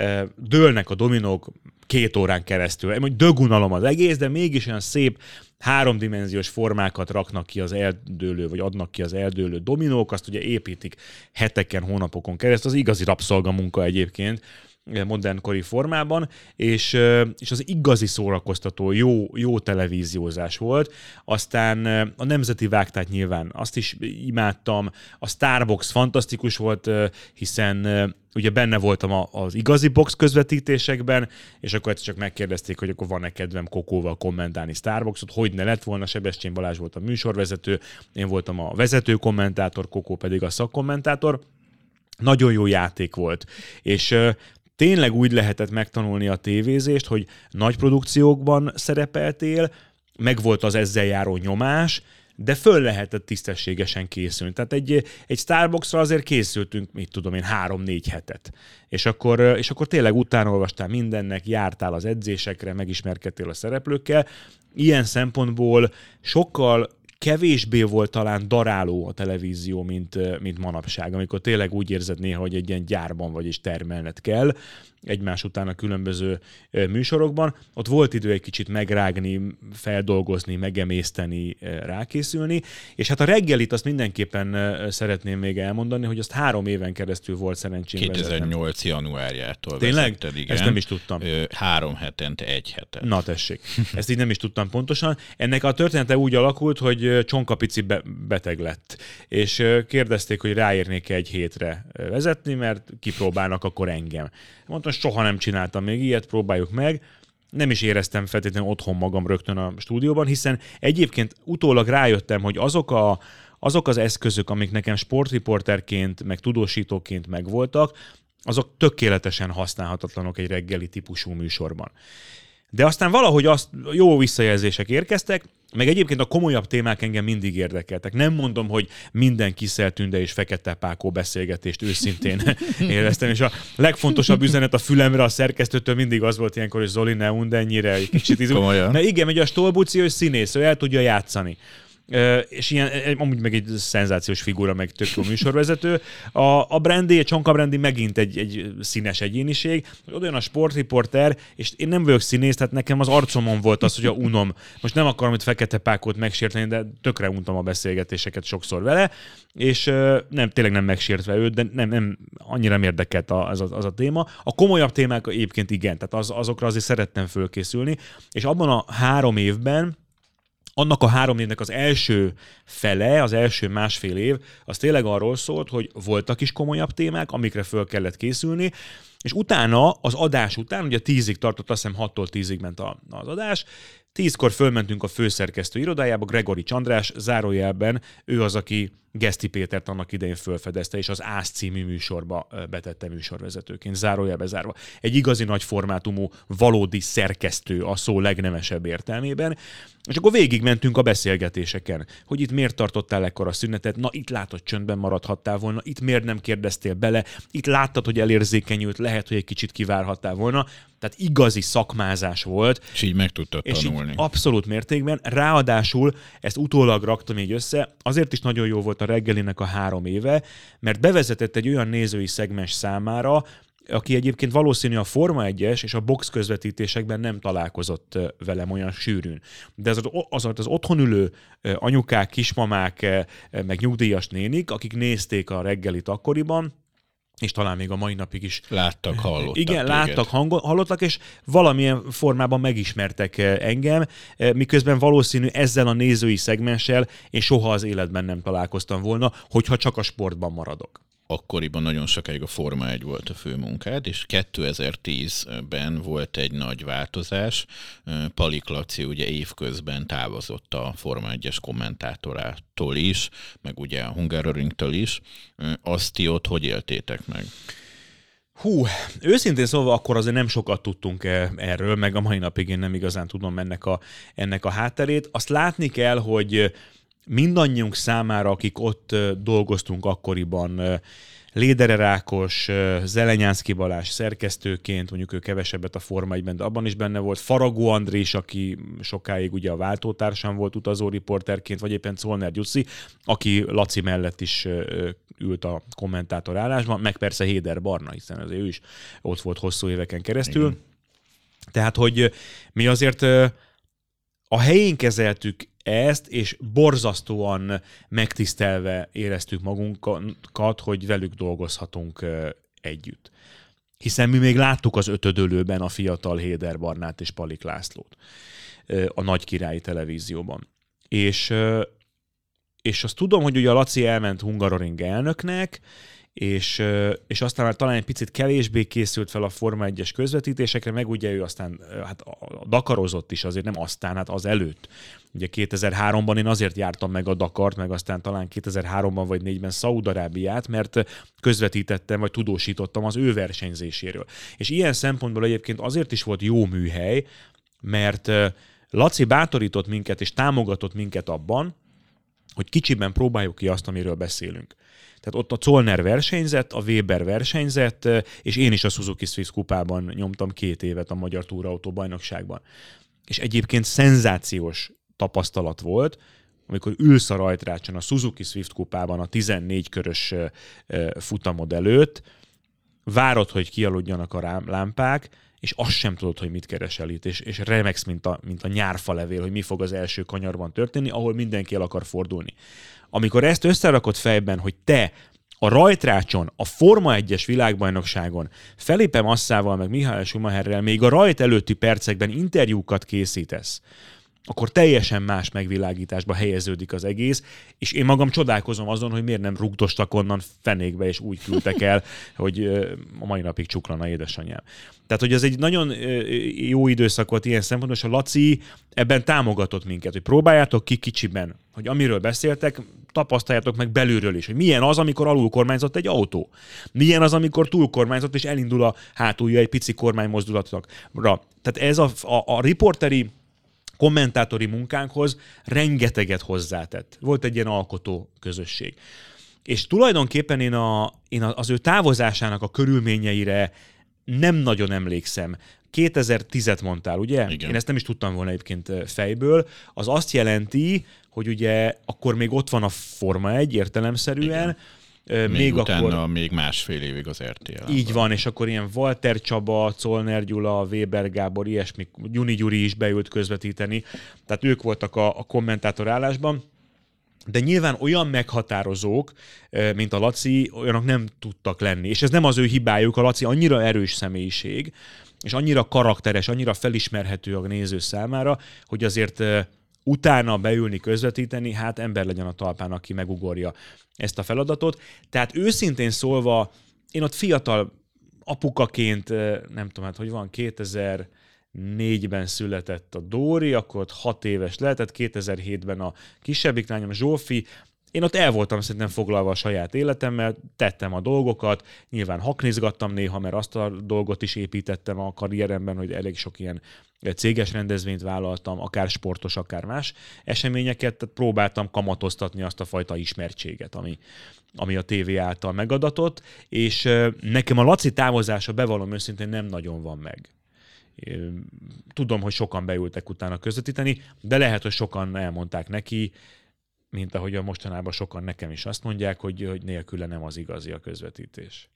dőlnek a dominók két órán keresztül. Mondjuk dögunalom az egész, de mégis olyan szép háromdimenziós formákat raknak ki az eldőlő, vagy adnak ki az eldőlő dominók, azt ugye építik heteken, hónapokon keresztül, az igazi rabszolgamunka egyébként, modernkori formában, és, és az igazi szórakoztató, jó, jó televíziózás volt. Aztán a Nemzeti Vágtát nyilván azt is imádtam, a Starbox fantasztikus volt, hiszen ugye benne voltam az igazi box közvetítésekben, és akkor egyszer csak megkérdezték, hogy akkor van-e kedvem Kokóval kommentálni Starboxot, hogy ne lett volna, Sebestyén Balázs volt a műsorvezető, én voltam a vezető kommentátor, Kokó pedig a szakkommentátor. Nagyon jó játék volt, és tényleg úgy lehetett megtanulni a tévézést, hogy nagy produkciókban szerepeltél, megvolt az ezzel járó nyomás, de föl lehetett tisztességesen készülni. Tehát egy, egy Starboxra azért készültünk, mit tudom én, három-négy hetet. És akkor, és akkor tényleg utána olvastál mindennek, jártál az edzésekre, megismerkedtél a szereplőkkel. Ilyen szempontból sokkal kevésbé volt talán daráló a televízió, mint, mint manapság, amikor tényleg úgy érzed néha, hogy egy ilyen gyárban vagy és termelned kell egymás után a különböző műsorokban. Ott volt idő egy kicsit megrágni, feldolgozni, megemészteni, rákészülni, és hát a reggelit azt mindenképpen szeretném még elmondani, hogy azt három éven keresztül volt szerencsém vezetnem. kétezer-nyolc januárjától Tényleg? vezetted, igen. Ezt nem is tudtam. Három hetente egy hetet. Na tessék, ezt így nem is tudtam pontosan. Ennek a története úgy alakult, hogy Csonkapici be- beteg lett, és kérdezték, hogy ráérnék egy hétre vezetni, mert kipróbálnak akkor engem. Mondtam, soha nem csináltam még ilyet, próbáljuk meg, nem is éreztem feltétlenül otthon magam rögtön a stúdióban, hiszen egyébként utólag rájöttem, hogy azok a azok az eszközök, amik nekem sportriporterként, meg tudósítóként megvoltak, azok tökéletesen használhatatlanok egy reggeli típusú műsorban. De aztán valahogy azt, jó visszajelzések érkeztek, meg egyébként a komolyabb témák engem mindig érdekeltek. Nem mondom, hogy minden Kissel Tünde és Fekete Pákó beszélgetést őszintén éreztem, és a legfontosabb üzenet a fülemre a szerkesztőtől mindig az volt ilyenkor, hogy Zoli, ne undd ennyire, egy kicsit izú. Na igen, hogy a Stolbuci, hogy színész, ő el tudja játszani. Uh, és ilyen, amúgy meg egy szenzációs figura, meg tök jó műsorvezető. A, a Brandy, a Csonka Brandy megint egy, egy színes egyéniség. Olyan a sportriporter, és én nem vagyok színész, tehát nekem az arcomon volt az, hogy a unom. Most nem akarom itt Fekete Pákót megsérteni, de tökre untam a beszélgetéseket sokszor vele, és uh, nem, tényleg nem megsértve őt, de nem, nem annyira nem érdekelt az a, az a téma. A komolyabb témák egyébként igen, tehát az, azokra azért szerettem fölkészülni, és abban a három évben annak a három évnek az első fele, az első másfél év, az tényleg arról szólt, hogy voltak is komolyabb témák, amikre föl kellett készülni, és utána, az adás után, ugye tízig tartott, azt hiszem hattól tízig ment az adás, tízkor fölmentünk a főszerkesztő irodájába, Gregori Csandrás, zárójelben ő az, aki Geszti Pétert annak idején fölfedezte, és az Ász című műsorba betette műsorvezetőként, zárójelbe zárva. Egy igazi nagy formátumú, valódi szerkesztő a szó legnemesebb értelmében, és akkor végigmentünk a beszélgetéseken, hogy itt miért tartottál ekkora szünetet, na itt látod, csöndben maradhattál volna, itt miért nem kérdeztél bele, itt láttad, hogy elérzékenyült, lehet, hogy egy kicsit kivárhattál volna. Tehát igazi szakmázás volt. És így meg tudtad tanulni. Abszolút mértékben. Ráadásul ezt utólag raktam így össze, azért is nagyon jó volt a reggelinek a három éve, mert bevezetett egy olyan nézői szegmens számára, aki egyébként valószínű a Forma egyes és a box közvetítésekben nem találkozott velem olyan sűrűn. De az az, az otthon ülő anyukák, kismamák, meg nyugdíjas nénik, akik nézték a reggelit akkoriban, és talán még a mai napig is. Láttak, hallottak. Igen, láttak, hango- hallottak, és valamilyen formában megismertek engem, miközben valószínű ezzel a nézői szegmenssel én soha az életben nem találkoztam volna, hogyha csak a sportban maradok. Akkoriban nagyon sokáig a Forma egy volt a főmunkád, és kétezer-tízben volt egy nagy változás. Palik Laci ugye évközben távozott a Forma egyes kommentátorától is, meg ugye a Hungaroringtől is. Azt ti ott hogy éltétek meg? Hú, őszintén szólva akkor azért nem sokat tudtunk erről, meg a mai napig én nem igazán tudom ennek a, ennek a hátterét. Azt látni kell, hogy mindannyiunk számára, akik ott dolgoztunk akkoriban, Lédere Rákos, Zelenyánszky Balázs szerkesztőként, mondjuk ő kevesebbet a Forma egyben, de abban is benne volt, Faragó Andrés, aki sokáig ugye a váltótársam volt utazóriporterként, vagy éppen Czolner Gyuszi, aki Laci mellett is ült a kommentátor állásban, meg persze Héder Barna, hiszen azért ő is ott volt hosszú éveken keresztül. Igen. Tehát, hogy mi azért a helyén kezeltük ezt, és borzasztóan megtisztelve éreztük magunkat, hogy velük dolgozhatunk együtt. Hiszen mi még láttuk az ötödölőben a fiatal Héder Barnát és Palik Lászlót a Nagykirályi Televízióban. És, és azt tudom, hogy ugye a Laci elment Hungaroring elnöknek, és, és aztán már talán egy picit kevésbé készült fel a Forma egyes közvetítésekre, meg ugye ő aztán hát dakarozott is, azért nem aztán, hát az előtt. Ugye kétezer-háromban én azért jártam meg a Dakart, meg aztán talán kétezer-háromban vagy négyben Szaúd-Arábiát, mert közvetítettem, vagy tudósítottam az ő versenyzéséről. És ilyen szempontból egyébként azért is volt jó műhely, mert Laci bátorított minket, és támogatott minket abban, hogy kicsiben próbáljuk ki azt, amiről beszélünk. Tehát ott a Czolner versenyzett, a Weber versenyzett, és én is a Suzuki Swift kupában nyomtam két évet a Magyar Túrautó bajnokságban. És egyébként szenzációs tapasztalat volt, amikor ülsz a rajtrácson a Suzuki Swift kupában a tizennégy körös futamod előtt, várod, hogy kialudjanak a lámpák, és azt sem tudod, hogy mit keresel itt, és, és remegsz, mint a, mint a nyárfalevél, hogy mi fog az első kanyarban történni, ahol mindenki el akar fordulni. Amikor ezt összerakod fejben, hogy te a rajtrácson, a Forma egyes világbajnokságon Felipe Massával, meg Michael Schumacherrel még a rajt előtti percekben interjúkat készítesz, akkor teljesen más megvilágításba helyeződik az egész, és én magam csodálkozom azon, hogy miért nem rugdostak onnan fenékbe, és úgy küldtek el, hogy a mai napig csuklana édesanyám. Tehát, hogy ez egy nagyon jó időszak volt ilyen szempontból, és a Laci ebben támogatott minket, hogy próbáljátok ki kicsiben, hogy amiről beszéltek, tapasztaljátok meg belülről is, hogy milyen az, amikor alul kormányzott egy autó. Milyen az, amikor túl kormányzott, és elindul a hátulja egy pici kormánymozdulatra. Tehát ez a, a, a riporteri kommentátori munkánkhoz rengeteget hozzátett. Volt egy ilyen alkotó közösség. És tulajdonképpen én, a, én az ő távozásának a körülményeire nem nagyon emlékszem. kétezer-tízet mondtál, ugye? Igen. Én ezt nem is tudtam volna egyébként fejből. Az azt jelenti, hogy ugye akkor még ott van a Forma egy értelemszerűen. Még, még utána akkor... még másfél évig az er té el. Így van, és akkor ilyen Walter Csaba, Zollner Gyula, Weber Gábor, ilyesmi, Gyuni Gyuri is beült közvetíteni. Tehát ők voltak a, a kommentátor állásban. De nyilván olyan meghatározók, mint a Laci, olyanok nem tudtak lenni. És ez nem az ő hibájuk, a Laci annyira erős személyiség, és annyira karakteres, annyira felismerhető a néző számára, hogy azért utána beülni, közvetíteni, hát ember legyen a talpán, aki megugorja ezt a feladatot. Tehát őszintén szólva, én ott fiatal apukaként, nem tudom, hát hogy van, kétezer-négyben született a Dóri, akkor ott hat éves lehetett, kétezer-hétben a kisebbik lányom Zsófi. Én ott el voltam szerintem foglalva a saját életemmel, tettem a dolgokat, nyilván haknizgattam néha, mert azt a dolgot is építettem a karrieremben, hogy elég sok ilyen céges rendezvényt vállaltam, akár sportos, akár más eseményeket, tehát próbáltam kamatoztatni azt a fajta ismertséget, ami, ami a tévé által megadatott, és nekem a Laci távozása, bevallom őszintén, nem nagyon van meg. Tudom, hogy sokan beültek utána közvetíteni, de lehet, hogy sokan elmondták neki, mint ahogy a mostanában sokan nekem is azt mondják, hogy, hogy nélküle nem az igazi a közvetítés.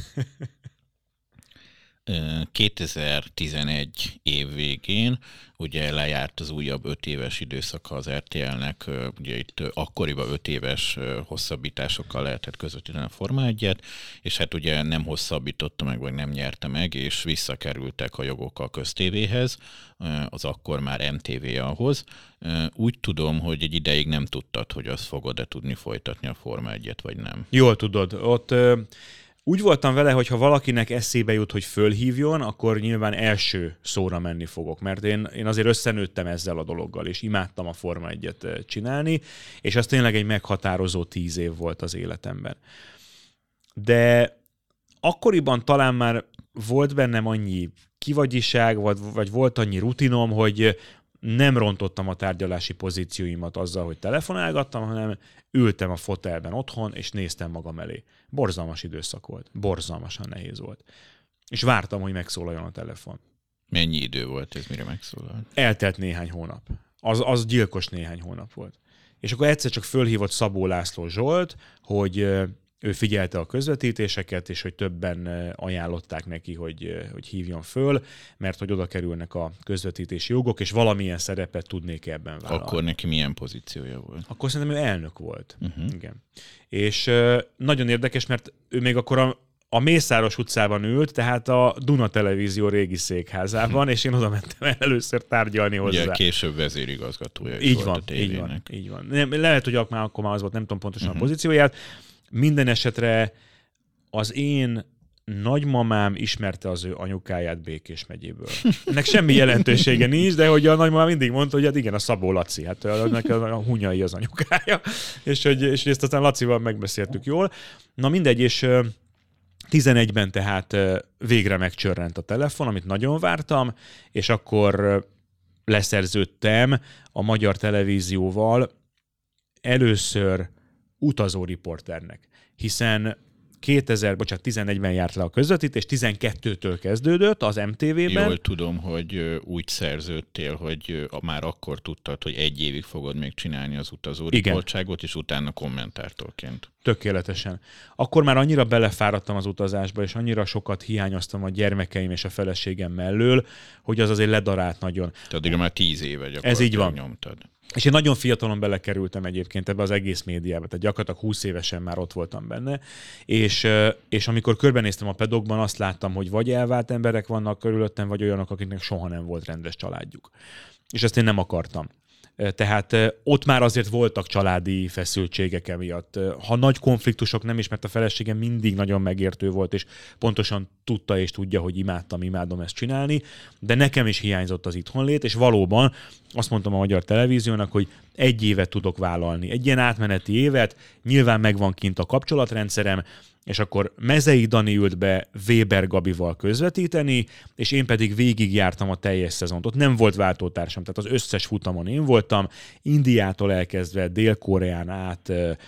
kétezer-tizenegy év végén ugye lejárt az újabb öt éves időszaka az er té el-nek, ugye itt akkoriban öt éves hosszabbításokkal lehetett közvetíteni a Forma egyet, és hát ugye nem hosszabbította meg, vagy nem nyerte meg, és visszakerültek a jogok a köztévéhez, az akkor már em té vé-ahhoz. Úgy tudom, hogy egy ideig nem tudtad, hogy azt fogod-e tudni folytatni a Forma egyet, vagy nem. Jól tudod, ott... Úgy voltam vele, hogy ha valakinek eszébe jut, hogy fölhívjon, akkor nyilván első szóra menni fogok, mert én, én azért összenőttem ezzel a dologgal, és imádtam a Forma egyet csinálni, és az tényleg egy meghatározó tíz év volt az életemben. De akkoriban talán már volt bennem annyi kivagyiság, vagy, vagy volt annyi rutinom, hogy nem rontottam a tárgyalási pozícióimat azzal, hogy telefonálgattam, hanem ültem a fotelben otthon, és néztem magam elé. Borzalmas időszak volt. Borzalmasan nehéz volt. És vártam, hogy megszólaljon a telefon. Mennyi idő volt ez, mire megszólalt? Eltelt néhány hónap. Az, az gyilkos néhány hónap volt. És akkor egyszer csak fölhívott Szabó László Zsolt, hogy ő figyelte a közvetítéseket, és hogy többen ajánlották neki, hogy, hogy hívjon föl, mert hogy oda kerülnek a közvetítési jogok, és valamilyen szerepet tudnék ebben vállalni. Akkor neki milyen pozíciója volt? Akkor szerintem ő elnök volt. Uh-huh. Igen. És uh, nagyon érdekes, mert ő még akkor a, a Mészáros utcában ült, tehát a Duna Televízió régi székházában, és én oda mentem el először tárgyalni hozzá. Ugye később vezérigazgatója is így volt van, a tévének. Így van, így van. Nem, lehet, hogy akkor már, akkor már az volt, nem tudom pontosan uh-huh. a pozícióját. Minden esetre az én nagymamám ismerte az ő anyukáját Békés megyéből. Ennek semmi jelentősége nincs, de hogy a nagymamám mindig mondta, hogy hát igen, a Szabó Laci, hát a Hunyai az anyukája, és hogy, és hogy ezt aztán Lacival megbeszéltük jól. Na mindegy, és tizenegyben tehát végre megcsörrent a telefon, amit nagyon vártam, és akkor leszerződtem a Magyar Televízióval először utazó riporternek, hiszen kétezer, bocsánat, tizenegyben járt le a közvetítés, tizenkettőtől kezdődött az em té vében. Jól tudom, hogy úgy szerződtél, hogy már akkor tudtad, hogy egy évig fogod még csinálni az utazó riportságot, és utána kommentátorként. Tökéletesen. Akkor már annyira belefáradtam az utazásba, és annyira sokat hiányoztam a gyermekeim és a feleségem mellől, hogy az azért ledarált nagyon. Tehát addigra már tíz éve gyakorlatilag Ez így van. Nyomtad. És én nagyon fiatalon belekerültem egyébként ebbe az egész médiába, tehát gyakorlatilag húsz évesen már ott voltam benne, és, és amikor körbenéztem a pedokban, azt láttam, hogy vagy elvált emberek vannak körülöttem, vagy olyanok, akiknek soha nem volt rendes családjuk. És ezt én nem akartam. Tehát ott már azért voltak családi feszültségek emiatt. Ha nagy konfliktusok nem is, mert a feleségem mindig nagyon megértő volt, és pontosan tudta és tudja, hogy imádtam, imádom ezt csinálni, de nekem is hiányzott az itthonlét, és valóban azt mondtam a Magyar Televíziónak, hogy egy évet tudok vállalni. Egy ilyen átmeneti évet, nyilván megvan kint a kapcsolatrendszerem, és akkor Mezei Dani ült be Weber Gabival közvetíteni, és én pedig végigjártam a teljes szezont. Ott nem volt váltótársam, tehát az összes futamon én voltam, Indiától elkezdve Dél-Koreán át,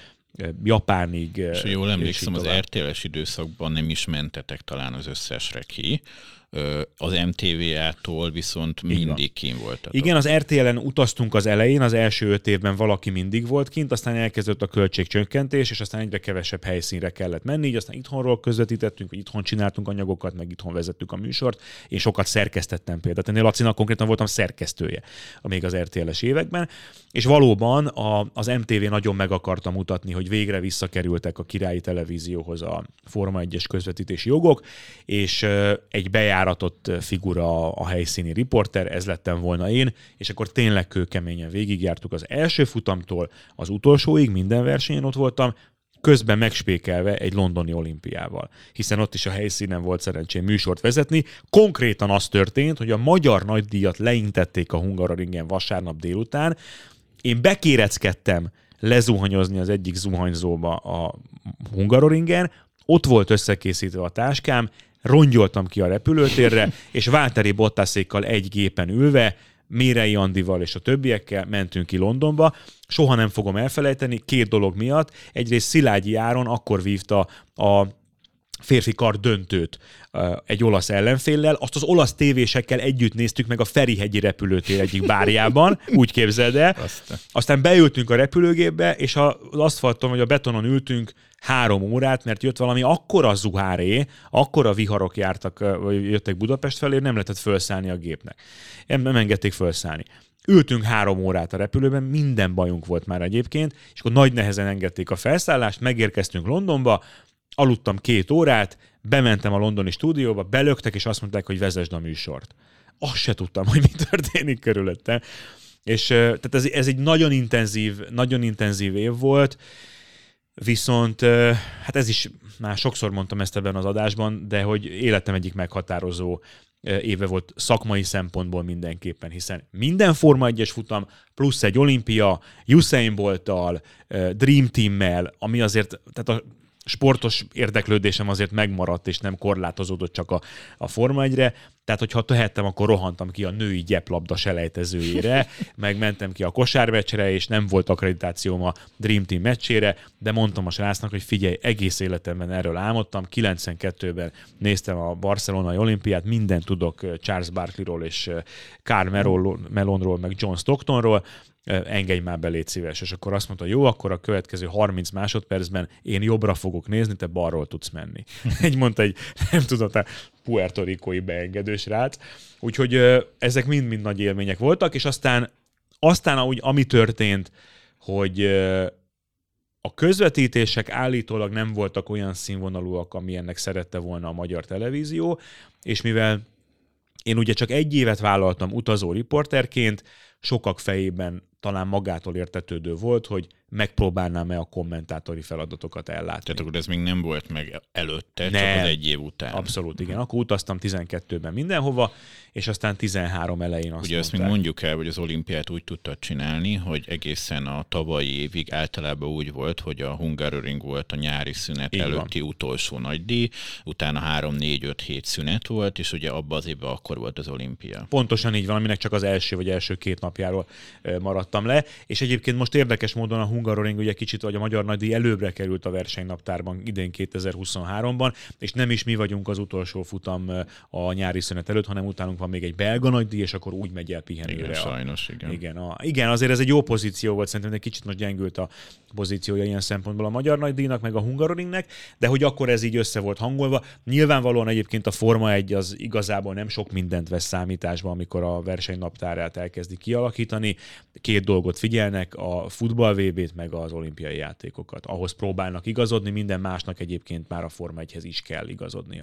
Japánig. És jól emlékszem, az er té el-es időszakban nem is mentetek talán az összesre ki. Az em té vé á-tól viszont mindig kint voltatok. Igen, az er té el-en utaztunk az elején, az első öt évben valaki mindig volt kint, aztán elkezdődött a költségcsökkentés, és aztán egyre kevesebb helyszínre kellett menni, így aztán itthonról közvetítettünk, vagy itthon csináltunk anyagokat, meg itthon vezettük a műsort. Én sokat szerkesztettem például. Ennél Lacinak konkrétan voltam szerkesztője még az er té el-es években, és valóban a, az em té vé nagyon meg akarta mutatni, hogy végre visszakerültek a Királyi Televízióhoz a Forma egyes közvetítési jogok, és egy bejáratott figura a helyszíni riporter, ez lettem volna én, és akkor tényleg kőkeményen végigjártuk az első futamtól az utolsóig, minden versenyen ott voltam, közben megspékelve egy londoni olimpiával, hiszen ott is a helyszínen volt szerencsém műsort vezetni. Konkrétan az történt, hogy a magyar nagydíjat leintették a Hungaroringen vasárnap délután, én bekéreckedtem lezuhanyozni az egyik zuhanyzóba a Hungaroringen, ott volt összekészítve a táskám, rongyoltam ki a repülőtérre, és Valtteri Bottasékkal egy gépen ülve, Mérei Andival és a többiekkel mentünk ki Londonba. Soha nem fogom elfelejteni, két dolog miatt. Egyrészt Szilágyi Áron akkor vívta a férfi kar döntőt egy olasz ellenféllel, azt az olasz tévésekkel együtt néztük meg a Ferihegyi repülőtér egyik bárjában, úgy képzeld el. Aztán beültünk a repülőgépbe, és az aszfalton vagy a betonon ültünk három órát, mert jött valami akkora zuháré, akkora viharok jártak, vagy jöttek Budapest felé, nem lehetett felszállni a gépnek. Nem engedték felszállni. Ültünk három órát a repülőben, minden bajunk volt már egyébként, és akkor nagy nehezen engedték a felszállást, megérkeztünk Londonba, aludtam két órát, bementem a londoni stúdióba, belöktek, és azt mondták, hogy vezesd a műsort. Azt se tudtam, hogy mi történik körülöttem. És tehát ez, ez egy nagyon intenzív, nagyon intenzív év volt, viszont hát ez is, már sokszor mondtam ezt ebben az adásban, de hogy életem egyik meghatározó éve volt szakmai szempontból mindenképpen, hiszen minden Forma egyes futam, plusz egy olimpia, Usain Bolttal, Dream Teammel, ami azért, tehát a sportos érdeklődésem azért megmaradt, és nem korlátozódott csak a, a Forma egyre. Tehát, hogyha tehettem, akkor rohantam ki a női gyeplabda selejtezőjére, meg mentem ki a kosármeccsre, és nem volt akkreditációm a Dream Team meccsére, de mondtam a srácnak, hogy figyelj, egész életemben erről álmodtam, kilencvenkettőben néztem a barcelonai olimpiát, mindent tudok Charles Barkleyról és Karl Mellonról, meg John Stocktonról, engedj már be, légy szíves. És akkor azt mondta, jó, akkor a következő harminc másodpercben én jobbra fogok nézni, te balról tudsz menni. Egy mondta egy, nem tudom, te Puerto Ricói beengedős rác. Úgyhogy ezek mind-mind nagy élmények voltak, és aztán, aztán ahogy, ami történt, hogy a közvetítések állítólag nem voltak olyan színvonalúak, amilyennek szerette volna a Magyar Televízió, és mivel én ugye csak egy évet vállaltam utazó riporterként, sokak fejében talán magától értetődő volt, hogy megpróbálnám-e a kommentátori feladatokat ellátni. Tehát akkor ez még nem volt meg előtte, ne, csak az egy év után. Abszolút, igen. Akkor utaztam tizenkettőben mindenhova, és aztán tizenhárom elején azt Ugye ezt még mondjuk el, hogy az olimpiát úgy tudtad csinálni, hogy egészen a tavalyi évig általában úgy volt, hogy a Hungaroring volt a nyári szünet így előtti van. Utolsó nagydíj, utána három, négy, öt, hét szünet volt, és ugye abban az évben akkor volt az olimpia. Pontosan így van, aminek csak az első vagy első két napjáról maradtam le, és egyébként most érdekes módon a Hungaroring ugye kicsit, vagy a magyar nagydíj előbbre került a versenynaptárban idén kétezer-huszonháromban, és nem is mi vagyunk az utolsó futam a nyári szünet előtt, hanem utánunk van még egy belga nagydíj, és akkor úgy megy el pihenőre. Igen, sajnos, igen. Igen, a, igen, azért ez egy jó pozíció volt, szerintem egy kicsit most gyengült a pozíciója ilyen szempontból a magyar nagydíjnak, meg a Hungaroringnek, de hogy akkor ez így össze volt hangolva. Nyilvánvalóan egyébként a Forma egy az igazából nem sok mindent vesz számításba, amikor a versenynaptárát elkezdi kialakítani. Két dolgot figyelnek, a futball vé bét, meg az olimpiai játékokat. Ahhoz próbálnak igazodni, minden másnak egyébként már a Forma egyhez is kell igazodnia.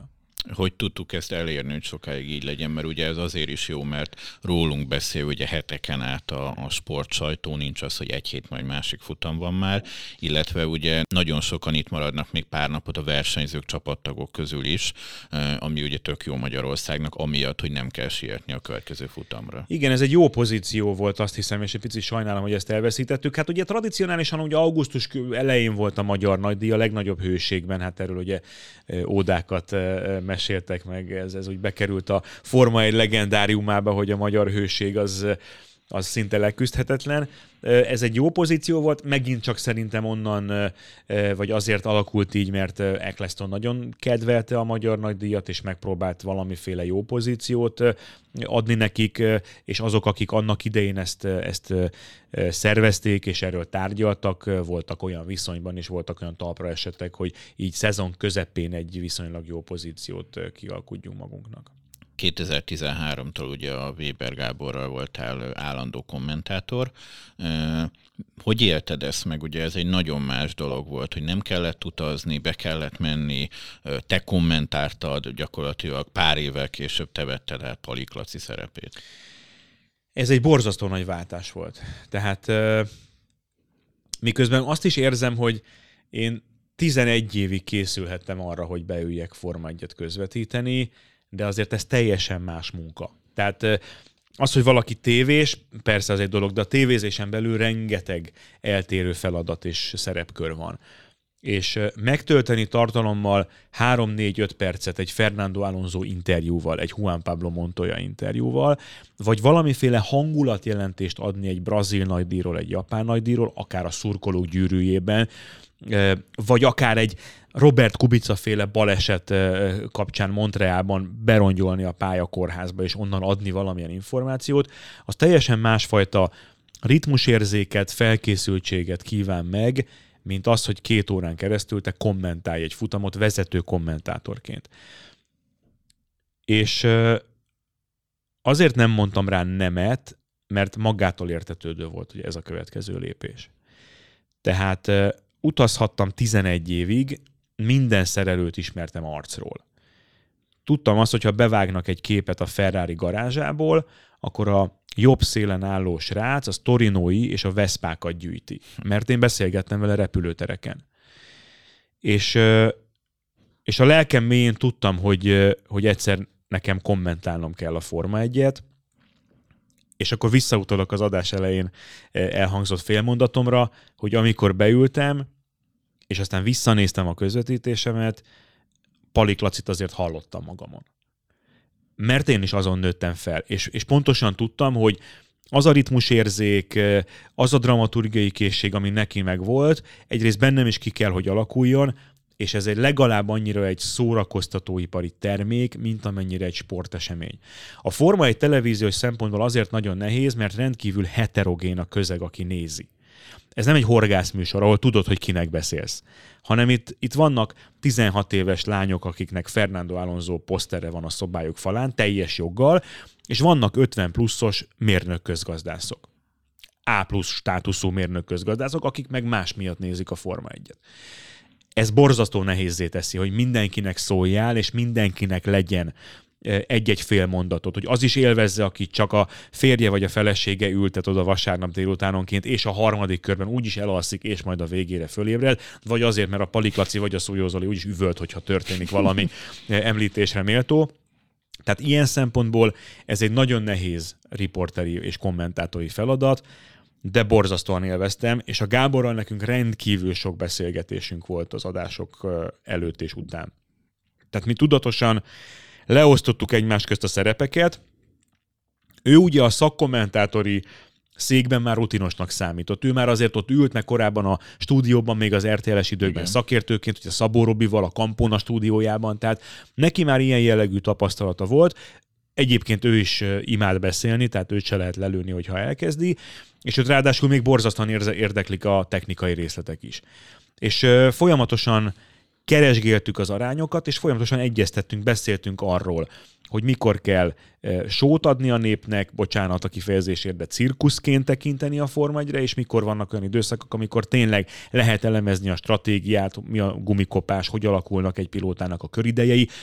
Hogy tudtuk ezt elérni, hogy sokáig így legyen, mert ugye ez azért is jó, mert rólunk beszél ugye heteken át a, a sportsajtó, nincs az, hogy egy hét majd másik futam van már, illetve ugye nagyon sokan itt maradnak még pár napot a versenyzők, csapattagok közül is, ami ugye tök jó Magyarországnak, amiatt, hogy nem kell sietni a következő futamra. Igen, ez egy jó pozíció volt, azt hiszem, és egy picit sajnálom, hogy ezt elveszítettük. Hát ugye tradicionálisan ugye augusztus elején volt a magyar nagydíj, a legnagyobb hőségben, hát erről ugye ódákat meséltek meg, ez, ez úgy bekerült a Forma egy legendáriumába, hogy a magyar hőség az, az szinte leküzdhetetlen. Ez egy jó pozíció volt, megint csak szerintem onnan, vagy azért alakult így, mert Eccleston nagyon kedvelte a magyar nagydíjat, és megpróbált valamiféle jó pozíciót adni nekik, és azok, akik annak idején ezt, ezt szervezték, és erről tárgyaltak, voltak olyan viszonyban, és voltak olyan talpra esetek, hogy így szezon közepén egy viszonylag jó pozíciót kialkudjunk magunknak. kétezer-tizenháromtól ugye a Weber Gáborral voltál állandó kommentátor. Hogy élted ezt meg? Ugye ez egy nagyon más dolog volt, hogy nem kellett utazni, be kellett menni, te kommentáltad, gyakorlatilag pár évvel később te vetted át Palik Laci szerepét. Ez egy borzasztó nagy váltás volt. Tehát miközben azt is érzem, hogy én tizenegy évig készülhettem arra, hogy beüljek Forma egyet közvetíteni, de azért ez teljesen más munka. Tehát az, hogy valaki tévés, persze az egy dolog, de a tévézésen belül rengeteg eltérő feladat és szerepkör van. És megtölteni tartalommal három-négy-öt percet egy Fernando Alonso interjúval, egy Juan Pablo Montoya interjúval, vagy valamiféle hangulatjelentést adni egy brazil nagydíjról, egy japán nagydíjról, akár a szurkolók gyűrűjében, vagy akár egy Robert Kubica féle baleset kapcsán Montrealban berongyolni a pályakorházba, és onnan adni valamilyen információt, az teljesen másfajta ritmusérzéket, felkészültséget kíván meg, mint az, hogy két órán keresztül te kommentálj egy futamot vezető kommentátorként. És azért nem mondtam rá nemet, mert magától értetődő volt, hogy ez a következő lépés. Tehát utazhattam tizenegy évig, minden szerelőt ismertem arcról. Tudtam azt, hogy ha bevágnak egy képet a Ferrari garázsából, akkor a jobb szélen álló srác az torinói és a veszpákat gyűjti. Mert én beszélgettem vele repülőtereken. És, és a lelkem mélyén tudtam, hogy, hogy egyszer nekem kommentálnom kell a Forma egyet, és akkor visszautalok az adás elején elhangzott félmondatomra, hogy amikor beültem, és aztán visszanéztem a közvetítésemet, Palik Lacit azért hallottam magamon. Mert én is azon nőttem fel, és, és pontosan tudtam, hogy az a ritmusérzék, az a dramaturgiai készség, ami neki megvolt, egyrészt bennem is ki kell, hogy alakuljon, és ez egy legalább annyira egy szórakoztatóipari termék, mint amennyire egy sportesemény. A Forma egy televíziós szempontból azért nagyon nehéz, mert rendkívül heterogén a közeg, aki nézi. Ez nem egy horgászműsor, ahol tudod, hogy kinek beszélsz, hanem itt, itt vannak tizenhat éves lányok, akiknek Fernando Alonso posztere van a szobájuk falán, teljes joggal, és vannak ötven pluszos mérnök-közgazdászok. A plusz státuszú mérnök-közgazdászok, akik meg más miatt nézik a Forma egyet. Ez borzasztó nehézzé teszi, hogy mindenkinek szóljál, és mindenkinek legyen egy-egy fél mondatot, hogy az is élvezze, aki csak a férje vagy a felesége ültet oda vasárnap délutánonként, és a harmadik körben úgyis elalszik, és majd a végére fölébred, vagy azért, mert a Palik Laci vagy a Szújó Zoli úgyis üvölt, hogyha történik valami említésre méltó. Tehát ilyen szempontból ez egy nagyon nehéz riporteri és kommentátori feladat, de borzasztóan élveztem, és a Gáborral nekünk rendkívül sok beszélgetésünk volt az adások előtt és után. Tehát mi tudatosan leosztottuk egymás közt a szerepeket. Ő ugye a szakkommentátori székben már rutinosnak számított. Ő már azért ott ült, meg korábban a stúdióban, még az er té el-es időkben igen. Szakértőként, ugye Szabó Robival, a Campona stúdiójában, tehát neki már ilyen jellegű tapasztalata volt. Egyébként ő is imád beszélni, tehát őt se lehet lelőni, hogyha elkezdi, és őt ráadásul még borzasztóan érdeklik a technikai részletek is. És folyamatosan keresgéltük az arányokat, és folyamatosan egyeztettünk, beszéltünk arról, hogy mikor kell sót adni a népnek, bocsánat a kifejezésért, de cirkuszként tekinteni a Forma egyre, és mikor vannak olyan időszakok, amikor tényleg lehet elemezni a stratégiát, mi a gumikopás, hogy alakulnak egy pilótának a köridejei.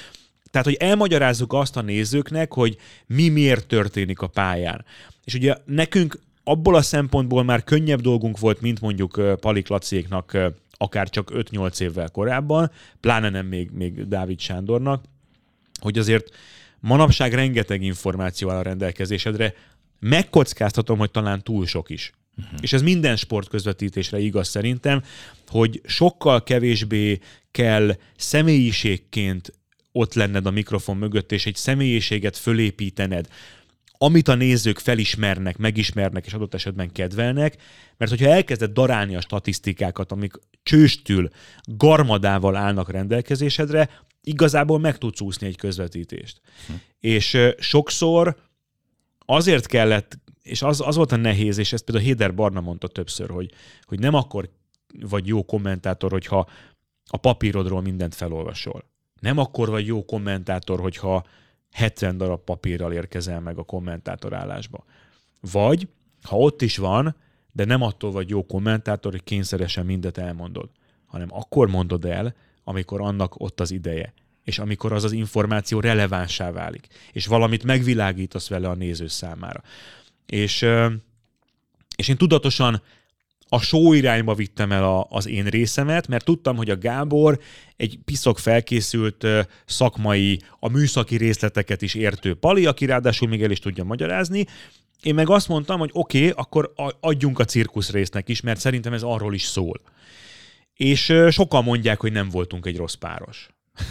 Tehát, hogy elmagyarázzuk azt a nézőknek, hogy mi miért történik a pályán. És ugye nekünk abból a szempontból már könnyebb dolgunk volt, mint mondjuk Palik Laciéknak akár csak öt-nyolc évvel korábban, pláne nem még, még Dávid Sándornak, hogy azért manapság rengeteg információ áll a rendelkezésedre, megkockáztatom, hogy talán túl sok is. Uh-huh. És ez minden sportközvetítésre igaz szerintem, hogy sokkal kevésbé kell személyiségként ott lenned a mikrofon mögött, és egy személyiséget fölépítened, amit a nézők felismernek, megismernek, és adott esetben kedvelnek, mert hogyha elkezded darálni a statisztikákat, amik csőstül, garmadával állnak rendelkezésedre, igazából meg tudsz úszni egy közvetítést. Hm. És uh, sokszor azért kellett, és az, az volt a nehéz, és ezt például Héder Barna mondta többször, hogy, hogy nem akkor vagy jó kommentátor, hogyha a papírodról mindent felolvasol. Nem akkor vagy jó kommentátor, hogyha hetven darab papírral érkezel meg a kommentátorállásba. Vagy, ha ott is van, de nem attól vagy jó kommentátor, hogy kényszeresen mindet elmondod, hanem akkor mondod el, amikor annak ott az ideje, és amikor az az információ relevánsá válik, és valamit megvilágítasz vele a néző számára. És, és én tudatosan a show irányba vittem el a, az én részemet, mert tudtam, hogy a Gábor egy piszok felkészült szakmai, a műszaki részleteket is értő pali, aki ráadásul még el is tudja magyarázni. Én meg azt mondtam, hogy oké, okay, akkor adjunk a cirkusz résznek is, mert szerintem ez arról is szól. És sokan mondják, hogy nem voltunk egy rossz páros.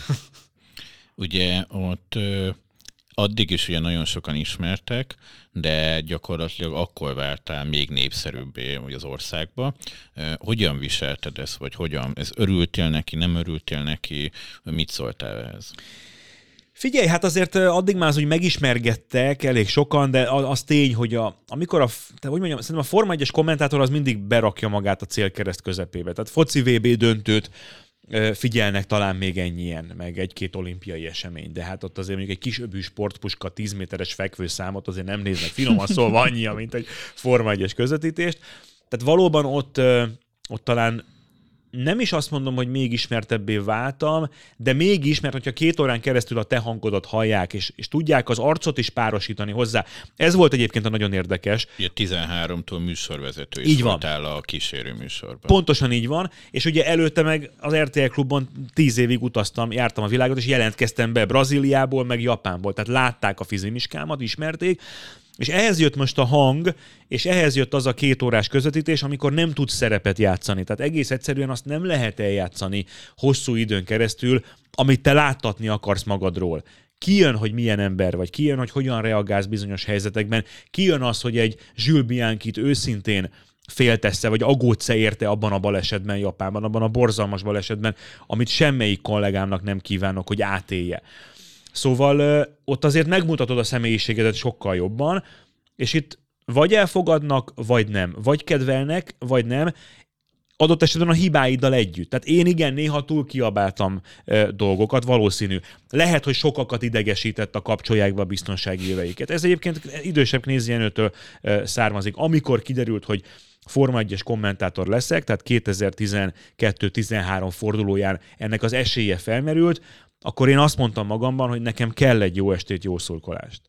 Ugye ott addig is ugye nagyon sokan ismertek, de gyakorlatilag akkor váltál még népszerűbbé az országba. Hogyan viselted ezt, vagy hogyan? Ez örültél neki, nem örültél neki? Mit szóltál ehhez? Figyelj, hát azért addig már az, hogy megismergettek elég sokan, de az tény, hogy a, amikor a, te, hogy mondjam, szerintem a Forma egyes kommentátor az mindig berakja magát a célkereszt közepébe. Tehát foci vé bé döntőt figyelnek talán még ennyien, meg egy-két olimpiai esemény, de hát ott azért mondjuk egy kis öbű sportpuska tíz méteres fekvőszámot azért nem néznek finoman szólva annyia, mint egy Forma egyes közvetítést. Tehát valóban ott, ott talán nem is azt mondom, hogy még ismertebbé váltam, de mégis, mert hogyha két órán keresztül a te hangodat hallják, és, és tudják az arcot is párosítani hozzá. Ez volt egyébként a nagyon érdekes. Ugye tizenháromtól műsorvezető is voltál a kísérő műsorban. Pontosan így van, és ugye előtte meg az er té el klubban tíz évig utaztam, jártam a világot, és jelentkeztem be Brazíliából, meg Japánból. Tehát látták a fizimiskámat, ismerték, és ehhez jött most a hang, és ehhez jött az a két órás közvetítés, amikor nem tudsz szerepet játszani. Tehát egész egyszerűen azt nem lehet eljátszani hosszú időn keresztül, amit te láttatni akarsz magadról. Kijön, hogy milyen ember vagy, kijön, hogy hogyan reagálsz bizonyos helyzetekben, kijön az, hogy egy Jules Bianchit őszintén féltesz-e, vagy aggódsz-e érte abban a balesetben Japánban, abban a borzalmas balesetben, amit semmelyik kollégámnak nem kívánok, hogy átélje. Szóval ott azért megmutatod a személyiségedet sokkal jobban, és itt vagy elfogadnak, vagy nem. Vagy kedvelnek, vagy nem. Adott esetben a hibáiddal együtt. Tehát én igen, néha túl kiabáltam e, dolgokat, valószínű. Lehet, hogy sokakat idegesített a kapcsolják be a biztonsági jöveiket. Ez egyébként idősebb Knézjenőtől e, származik. Amikor kiderült, hogy Forma egyes kommentátor leszek, tehát kétezer-tizenkettő tizenhárom fordulóján ennek az esélye felmerült, akkor én azt mondtam magamban, hogy nekem kell egy jó estét, jó szurkolást.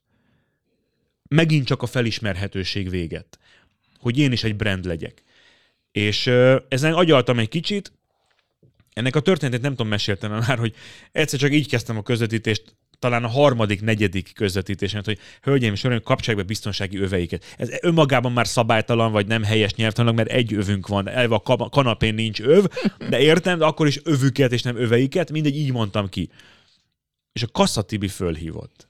Megint csak a felismerhetőség véget. Hogy én is egy brand legyek. És uh, ezen agyaltam egy kicsit. Ennek a történetét nem tudom, meséltem már, hogy egyszer csak így kezdtem a közvetítést, talán a harmadik, negyedik közvetítésen, hogy hölgyeim és uraim, kapcsolják be biztonsági öveiket. Ez önmagában már szabálytalan, vagy nem helyes nyelvtanilag, mert egy övünk van. Elve a kanapén nincs öv, de értem, de akkor is övüket és nem öveiket, mindegy, így mondtam ki. És a Kassa Tibi fölhívott.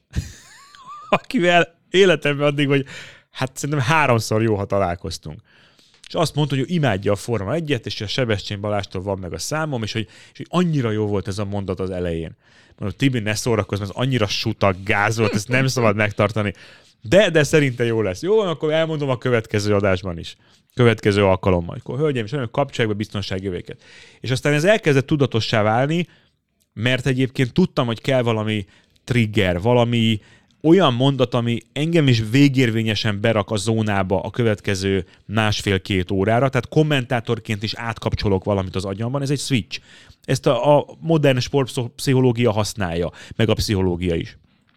Akivel életemben addig, hogy hát szerintem háromszor jó, ha találkoztunk. És azt mondta, hogy ő imádja a Forma egyet, és a Sebestyén Balástól van meg a számom, és hogy, és hogy annyira jó volt ez a mondat az elején. Mondom, Tibi, ne szórakozz, mert ez annyira sutag gáz volt, ezt nem szabad megtartani. De, de szerintem jó lesz. Jó, akkor elmondom a következő adásban is. Következő alkalommal. Akkor hölgyeim, és kapcsolják be biztonsági jövéket. És aztán ez elkezdett tudatossá válni, mert egyébként tudtam, hogy kell valami trigger, valami, olyan mondat, ami engem is végérvényesen berak a zónába a következő másfél-két órára, tehát kommentátorként is átkapcsolok valamit az agyamban, ez egy switch. Ezt a, a modern sportpszichológia használja, meg a pszichológia is.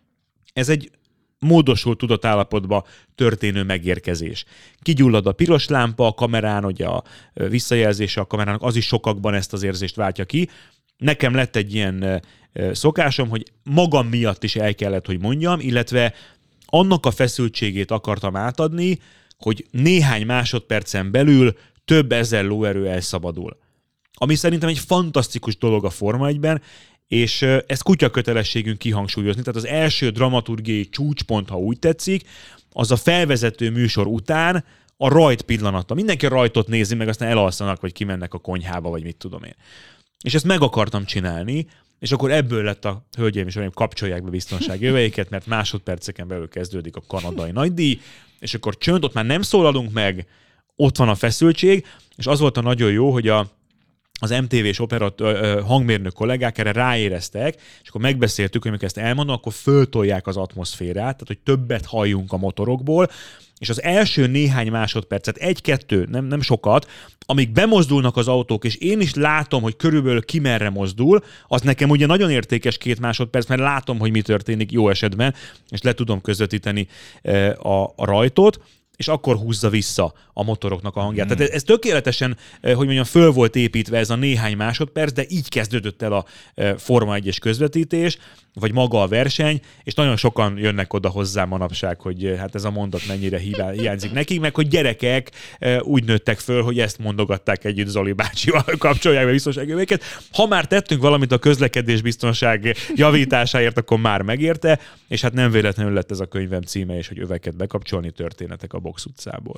Ez egy módosult tudatállapotba történő megérkezés. Kigyullad a piros lámpa a kamerán, ugye a visszajelzése a kamerának, az is sokakban ezt az érzést váltja ki. Nekem lett egy ilyen szokásom, hogy magam miatt is el kellett, hogy mondjam, illetve annak a feszültségét akartam átadni, hogy néhány másodpercen belül több ezer lóerő elszabadul. Ami szerintem egy fantasztikus dolog a Forma egyben, és ez kutya kötelességünk kihangsúlyozni. Tehát az első dramaturgiai csúcspont, ha úgy tetszik, az a felvezető műsor után a rajt pillanata. Mindenki a rajtot nézi, meg aztán elalszanak, vagy kimennek a konyhába, vagy mit tudom én. És ezt meg akartam csinálni, és akkor ebből lett a hölgyeim és uraim, kapcsolják be biztonsági öveiket, mert másodperceken belül kezdődik a kanadai nagydíj, és akkor csönd, ott már nem szólalunk meg, ott van a feszültség, és az volt a nagyon jó, hogy a az em té vé-s operat, hangmérnök kollégák erre ráéreztek, és akkor megbeszéltük, hogy amikor ezt elmondom, akkor föltolják az atmoszférát, tehát hogy többet halljunk a motorokból, és az első néhány másodpercet, egy-kettő, nem, nem sokat, amíg bemozdulnak az autók, és én is látom, hogy körülbelül ki merre mozdul, az nekem ugye nagyon értékes két másodperc, mert látom, hogy mi történik jó esetben, és le tudom közvetíteni a, a rajtot, és akkor húzza vissza a motoroknak a hangját. Hmm. Tehát ez tökéletesen, hogy mondjam, föl volt építve ez a néhány másodperc, de így kezdődött el a Forma egyes közvetítés, vagy maga a verseny, és nagyon sokan jönnek oda hozzá manapság, hogy hát ez a mondat mennyire hiányzik nekik, meg hogy gyerekek úgy nőttek föl, hogy ezt mondogatták együtt Zoli bácsival, kapcsolják be biztonságövéket. Ha már tettünk valamit a közlekedés biztonság javításáért, akkor már megérte, és hát nem véletlenül lett ez a könyvem címe, és hogy öveket bekapcsolni, történetek a Box utcából.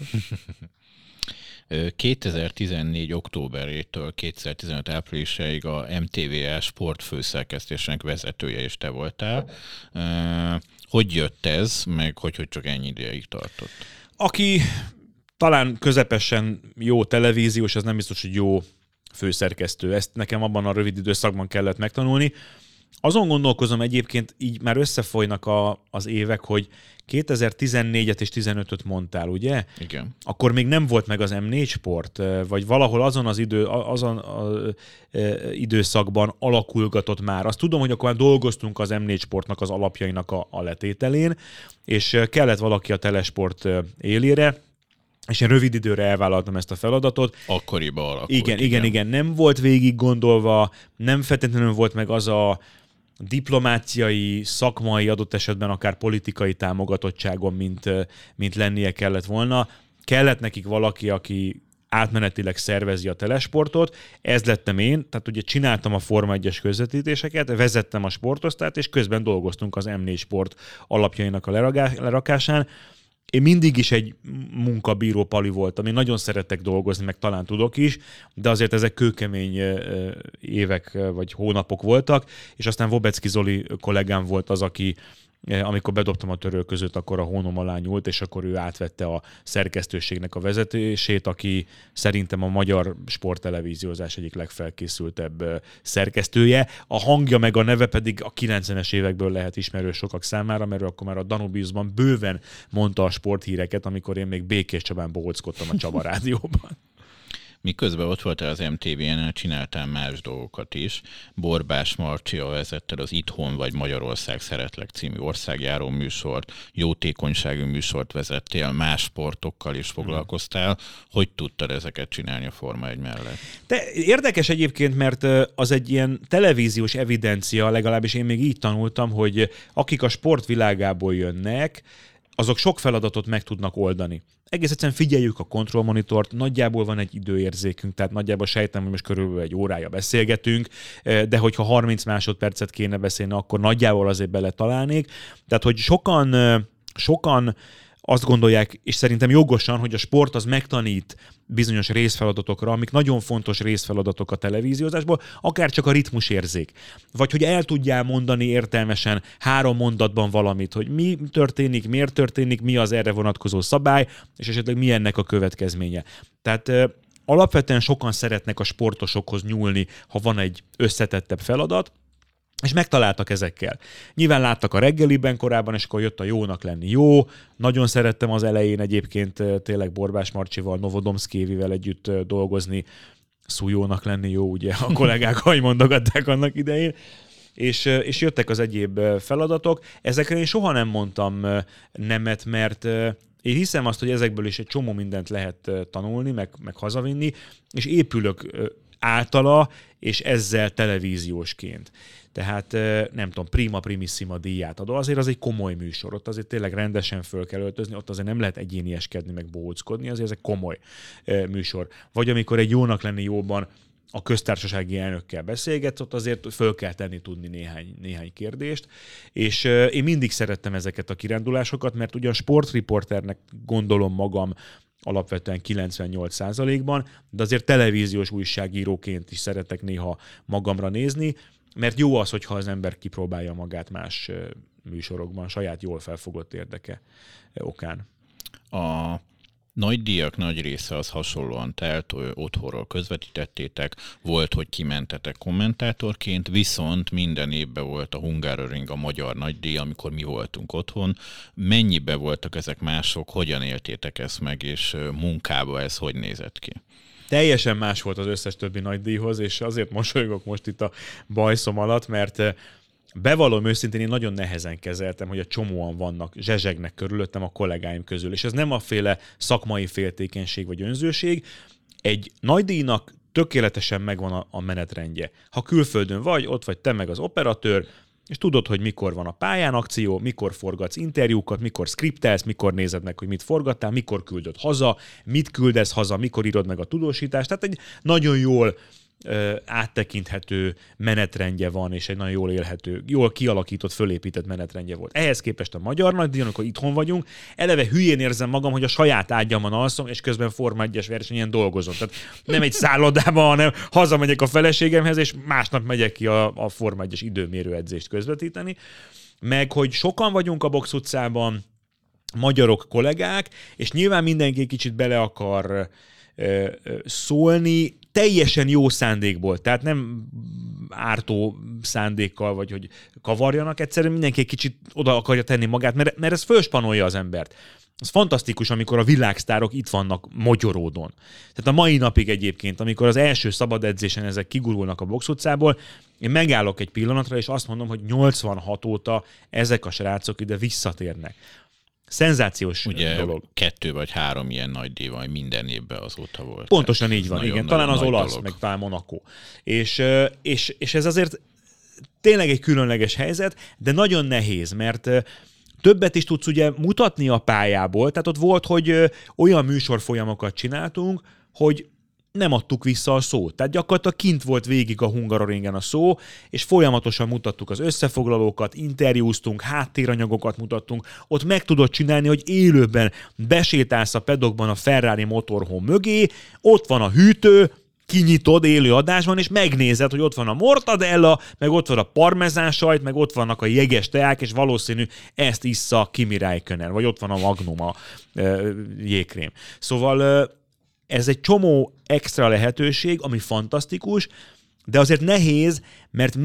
kétezer-tizennégy októberétől kétezer-tizenöt áprilisáig a em té vé es sport főszerkesztésének vezetője is te voltál. Hogy jött ez, meg hogy, hogy csak ennyi ideig tartott? Aki talán közepesen jó televíziós, az nem biztos, hogy jó főszerkesztő. Ezt nekem abban a rövid időszakban kellett megtanulni. Azon gondolkozom egyébként, így már összefolynak a, az évek, hogy kétezer-tizennégyet és tizenötöt mondtál, ugye? Igen. Akkor még nem volt meg az em négy Sport, vagy valahol azon az idő, azon az időszakban alakulgatott már. Azt tudom, hogy akkor már dolgoztunk az em négy Sportnak az alapjainak a, a letételén, és kellett valaki a Telesport élére, és én rövid időre elvállaltam ezt a feladatot. Akkoriban alakult. Igen, igen, igen, igen. Nem volt végig gondolva, nem feltétlenül volt meg az a diplomáciai, szakmai, adott esetben akár politikai támogatottságon, mint, mint lennie kellett volna. Kellett nekik valaki, aki átmenetileg szervezi a Telesportot. Ez lettem én, tehát ugye csináltam a Forma egyes közvetítéseket, vezettem a sportosztályt, és közben dolgoztunk az em négy Sport alapjainak a lerakásán. Én mindig is egy munkabíró pali voltam. Én nagyon szeretek dolgozni, meg talán tudok is, de azért ezek kőkemény évek vagy hónapok voltak, és aztán Vobecki Zoli kollégám volt az, aki amikor bedobtam a törölközőt, akkor a hónom alá nyúlt, és akkor ő átvette a szerkesztőségnek a vezetését, aki szerintem a magyar sporttelevíziózás egyik legfelkészültebb szerkesztője. A hangja meg a neve pedig a kilencvenes évekből lehet ismerős sokak számára, mert akkor már a Danubiusban bőven mondta a sporthíreket, amikor én még Békés Csabán bohóckodtam a Csaba rádióban. Miközben ott voltál az em té vén-nel, csináltál más dolgokat is. Borbás Marcsia vezetted az Itthon vagy Magyarország Szeretlek című országjáró műsort, jótékonyságú műsort vezettél, más sportokkal is foglalkoztál. Hogy tudtad ezeket csinálni a Forma egy mellett? De érdekes egyébként, mert az egy ilyen televíziós evidencia, legalábbis én még így tanultam, hogy akik a sport világából jönnek, azok sok feladatot meg tudnak oldani. Egész egyszerűen figyeljük a kontrollmonitort, nagyjából van egy időérzékünk, tehát nagyjából sejtem, hogy most körülbelül egy órája beszélgetünk, de hogyha harminc másodpercet kéne beszélni, akkor nagyjából azért bele találnék. Tehát, hogy sokan, sokan azt gondolják, és szerintem jogosan, hogy a sport az megtanít bizonyos részfeladatokra, amik nagyon fontos részfeladatok a televíziózásból, akár csak a ritmusérzék. Vagy hogy el tudjál mondani értelmesen három mondatban valamit, hogy mi történik, miért történik, mi az erre vonatkozó szabály, és esetleg mi ennek a következménye. Tehát alapvetően sokan szeretnek a sportosokhoz nyúlni, ha van egy összetettebb feladat, És megtaláltak ezekkel. Nyilván láttak a reggeliben korábban, és akkor jött a jónak lenni jó. Nagyon szerettem az elején egyébként tényleg Borbás Marcsival, Novodomszkévivel együtt dolgozni. Szújónak lenni jó, ugye a kollégák hogy mondogatták annak idején. És, és jöttek az egyéb feladatok. Ezekre én soha nem mondtam nemet, mert én hiszem azt, hogy ezekből is egy csomó mindent lehet tanulni, meg, meg hazavinni, és épülök általa, és ezzel televíziósként. Tehát nem tudom, prima primissima díját adó. Azért az egy komoly műsor, ott azért tényleg rendesen föl kell öltözni, ott azért nem lehet egyénieskedni, meg bóckodni, azért ez egy komoly műsor. Vagy amikor egy jónak lenni jóban a köztársasági elnökkel beszélgetsz, ott azért föl kell tenni tudni néhány, néhány kérdést, és én mindig szerettem ezeket a kirándulásokat, mert ugyan sportriporternek gondolom magam alapvetően kilencvennyolc százalékban, de azért televíziós újságíróként is szeretek néha magamra nézni, mert jó az, hogyha az ember kipróbálja magát más műsorokban, saját jól felfogott érdeke okán. A nagy díjak nagy része az hasonlóan telt, otthonról közvetítettétek, volt, hogy kimentetek kommentátorként, viszont minden évben volt a Hungaroring, a magyar nagy díj, amikor mi voltunk otthon. Mennyibe voltak ezek mások, hogyan éltétek ezt meg, és munkába ez hogy nézett ki? Teljesen más volt az összes többi nagy díjhoz, és azért mosolygok most itt a bajszom alatt, mert bevallom őszintén, én nagyon nehezen kezeltem, hogy a csomóan vannak, zsezsegnek körülöttem a kollégáim közül, és ez nem a féle szakmai féltékenység vagy önzőség. Egy nagydíjnak tökéletesen megvan a, a menetrendje. Ha külföldön vagy, ott vagy te meg az operatőr, és tudod, hogy mikor van a pályán akció, mikor forgatsz interjúkat, mikor skriptelsz, mikor nézed meg, hogy mit forgattál, mikor küldöd haza, mit küldesz haza, mikor írod meg a tudósítást. Tehát egy nagyon jól ö, áttekinthető menetrendje van, és egy nagyon jól élhető, jól kialakított, fölépített menetrendje volt. Ehhez képest a magyar nagydíjon, amikor itthon vagyunk, eleve hülyén érzem magam, hogy a saját ágyamon alszom, és közben Forma egyes versenyen dolgozom. Tehát nem egy szállodában, hanem hazamegyek a feleségemhez, és másnap megyek ki a, a Forma egyes időmérő edzést közvetíteni. Meg, hogy sokan vagyunk a Box utcában, magyarok, kollégák, és nyilván mindenki kicsit bele akar ö, ö, szólni, teljesen jó szándékból, tehát nem ártó szándékkal, vagy hogy kavarjanak, egyszerűen mindenki egy kicsit oda akarja tenni magát, mert, mert ez fölspanolja az embert. Ez fantasztikus, amikor a világsztárok itt vannak Mogyoródon. Tehát a mai napig egyébként, amikor az első szabad edzésen ezek kigurulnak a Box utcából, én megállok egy pillanatra, és azt mondom, hogy nyolcvanhat óta ezek a srácok ide visszatérnek. Szenzációs ugye dolog. Kettő vagy három ilyen nagy díj van, minden évben azóta volt. Pontosan így van, nagyon, igen. nagyon Talán az olasz, dolog. meg talán Monaco. És, és, és ez azért tényleg egy különleges helyzet, de nagyon nehéz, mert többet is tudsz ugye mutatni a pályából, tehát ott volt, hogy olyan műsorfolyamokat csináltunk, hogy nem adtuk vissza a szót. Tehát gyakorlatilag kint volt végig a Hungaroringen a szó, és folyamatosan mutattuk az összefoglalókat, interjúztunk, háttéranyagokat mutattunk. Ott meg tudod csinálni, hogy élőben besétálsz a pedokban a Ferrari motorhome mögé, ott van a hűtő, kinyitod élő adásban, és megnézed, hogy ott van a mortadella, meg ott van a parmezán sajt, meg ott vannak a jeges teák, és valószínű ezt issza Kimi Räikkönen, vagy ott van a Magnum, a e, jégkrém. Szóval e, ez egy csomó extra lehetőség, ami fantasztikus, de azért nehéz, mert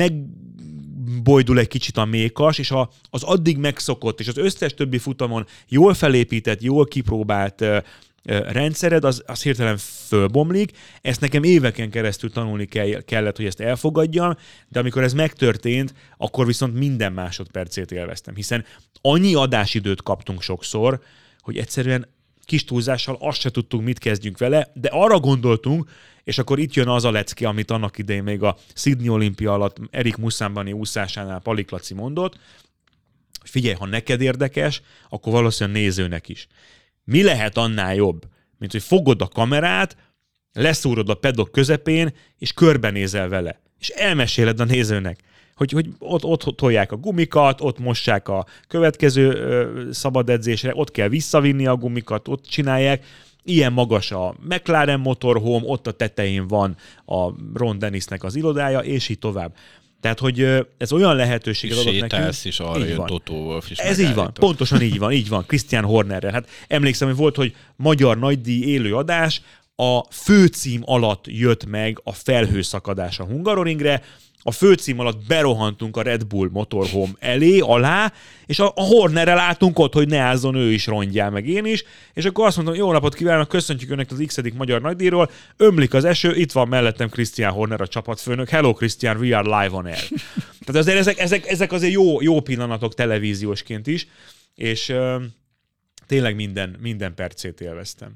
megbojdul egy kicsit a mékas, és a, az addig megszokott, és az összes többi futamon jól felépített, jól kipróbált e, rendszered, az, az hirtelen fölbomlik. Ezt nekem éveken keresztül tanulni kell, kellett, hogy ezt elfogadjam, de amikor ez megtörtént, akkor viszont minden másodpercét élveztem, hiszen annyi adásidőt kaptunk sokszor, hogy egyszerűen kis túlzással azt se tudtunk, mit kezdjünk vele, de arra gondoltunk, és akkor itt jön az a lecke, amit annak idején még a Sydney olimpia alatt Erik Muszambani úszásánál Palik Laci mondott, hogy figyelj, ha neked érdekes, akkor valószínűleg nézőnek is. Mi lehet annál jobb, mint hogy fogod a kamerát, leszúrod a pedok közepén, és körbenézel vele. És elmeséled a nézőnek, hogy, hogy ott, ott tolják a gumikat, ott mossák a következő ö, szabad edzésre, ott kell visszavinni a gumikat, ott csinálják. Ilyen magas a McLaren motorhome, ott a tetején van a Ron Dennisnek az irodája, és így tovább. Tehát, hogy ez olyan lehetőséget adott nekünk. Sétálsz, és arra jön Toto Wolff is. Ez így van, pontosan így van, így van, Christian Hornerrel. Hát emlékszem, hogy volt, hogy magyar nagydíj élő adás, a főcím alatt jött meg a felhőszakadás a Hungaroringre, a főcím alatt berohantunk a Red Bull Motorhome elé, alá, és a, a Hornerrel álltunk ott, hogy ne ázzon ő is, rongyál meg én is, és akkor azt mondtam, jó napot kívánok, köszöntjük önnek az x-edik magyar nagydíjról, ömlik az eső, itt van mellettem Christian Horner, a csapatfőnök, hello Christian, we are live on air. Tehát azért ezek, ezek, ezek azért jó, jó pillanatok televíziósként is, és uh, tényleg minden, minden percét élveztem.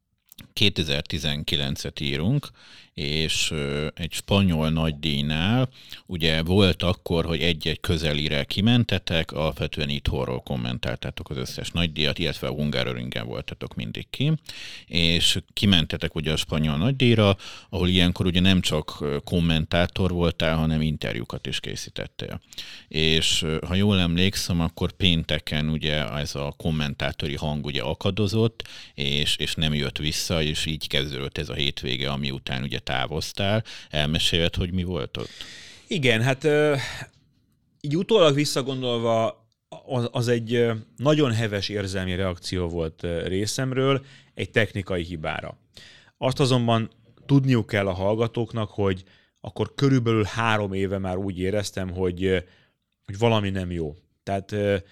kétezer-tizenkilencet írunk, és egy spanyol nagydíjnál ugye volt akkor, hogy egy-egy közelire kimentetek, alapvetően itthonról kommentáltátok az összes nagydíjat, illetve a Hungaroringen voltatok mindig ki, és kimentetek ugye a spanyol nagydíjra, ahol ilyenkor ugye nem csak kommentátor voltál, hanem interjúkat is készítettél. És ha jól emlékszem, akkor pénteken ugye ez a kommentátori hang ugye akadozott, és, és nem jött vissza, és így kezdődött ez a hétvége, ami után ugye távoztál. Elmeséled, hogy mi volt ott? Igen, hát euh, így utólag visszagondolva az, az egy nagyon heves érzelmi reakció volt részemről egy technikai hibára. Azt azonban tudniuk kell a hallgatóknak, hogy akkor körülbelül három éve már úgy éreztem, hogy, hogy valami nem jó. Tehát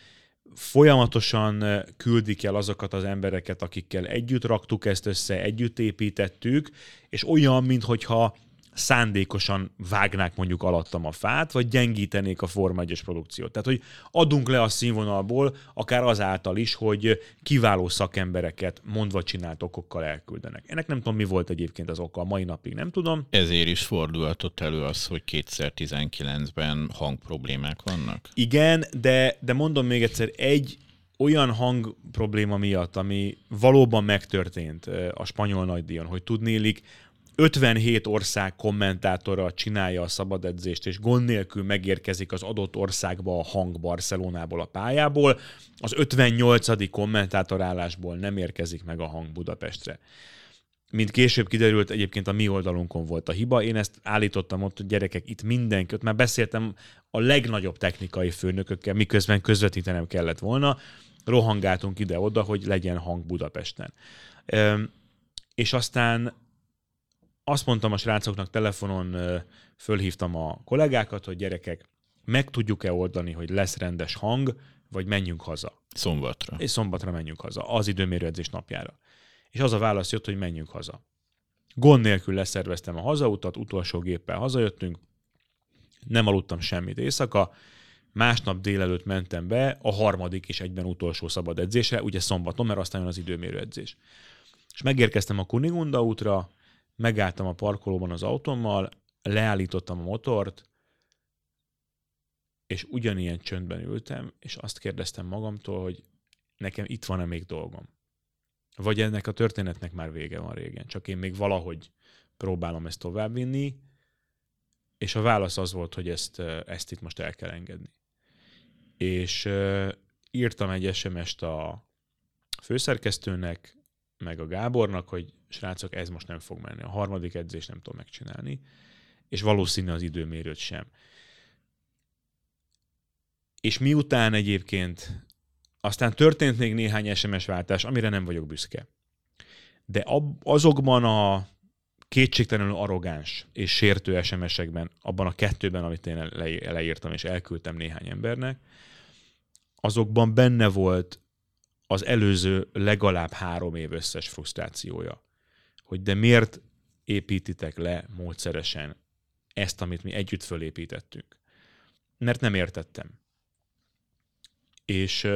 folyamatosan küldik el azokat az embereket, akikkel együtt raktuk ezt össze, együtt építettük, és olyan, minthogyha szándékosan vágnák mondjuk alattam a fát, vagy gyengítenék a Forma egyes produkciót. Tehát, hogy adunk le a színvonalból, akár azáltal is, hogy kiváló szakembereket mondva csinált okokkal elküldenek. Ennek nem tudom, mi volt egyébként az oka, a mai napig nem tudom. Ezért is fordulhatott elő az, hogy kétezer-tizenkilencben hangproblémák vannak? Igen, de, de mondom még egyszer, egy olyan hang probléma miatt, ami valóban megtörtént a spanyol nagydíjon, hogy tudnélik, ötvenhét ország kommentátora csinálja a szabad edzést, és gond nélkül megérkezik az adott országba a hang Barcelonából, a pályából, az ötvennyolcadik kommentátorállásból nem érkezik meg a hang Budapestre. Mint később kiderült, egyébként a mi oldalunkon volt a hiba. Én ezt állítottam ott, hogy gyerekek, itt mindenki, ott már beszéltem a legnagyobb technikai főnökökkel, miközben közvetítenem kellett volna, rohangáltunk ide-oda, hogy legyen hang Budapesten. Üm, és aztán azt mondtam a srácoknak, telefonon fölhívtam a kollégákat, hogy gyerekek, meg tudjuk-e oldani, hogy lesz rendes hang, vagy menjünk haza. Szombatra. És szombatra menjünk haza, az időmérőedzés napjára. És az a válasz jött, hogy menjünk haza. Gond nélkül leszerveztem a hazautat, utolsó géppel hazajöttünk, nem aludtam semmit éjszaka, másnap délelőtt mentem be a harmadik és egyben utolsó szabad edzésre, ugye szombaton, mert aztán jön az időmérőedzés. És megérkeztem a Kunigunda útra, megálltam a parkolóban az autómmal, leállítottam a motort, és ugyanilyen csöndben ültem, és azt kérdeztem magamtól, hogy nekem itt van-e még dolgom. Vagy ennek a történetnek már vége van régen, csak én még valahogy próbálom ezt továbbvinni, és a válasz az volt, hogy ezt, ezt itt most el kell engedni. És uh, írtam egy es em est a főszerkesztőnek, meg a Gábornak, hogy srácok, ez most nem fog menni. A harmadik edzést nem tudom megcsinálni, és valószínű az időmérőt sem. És miután egyébként aztán történt még néhány es em es váltás, amire nem vagyok büszke. De ab, azokban a kétségtelenül arrogáns és sértő es em esekben, abban a kettőben, amit én le, leírtam és elküldtem néhány embernek, azokban benne volt az előző legalább három év összes frusztrációja. Hogy de miért építitek le módszeresen ezt, amit mi együtt fölépítettünk? Mert nem értettem. És,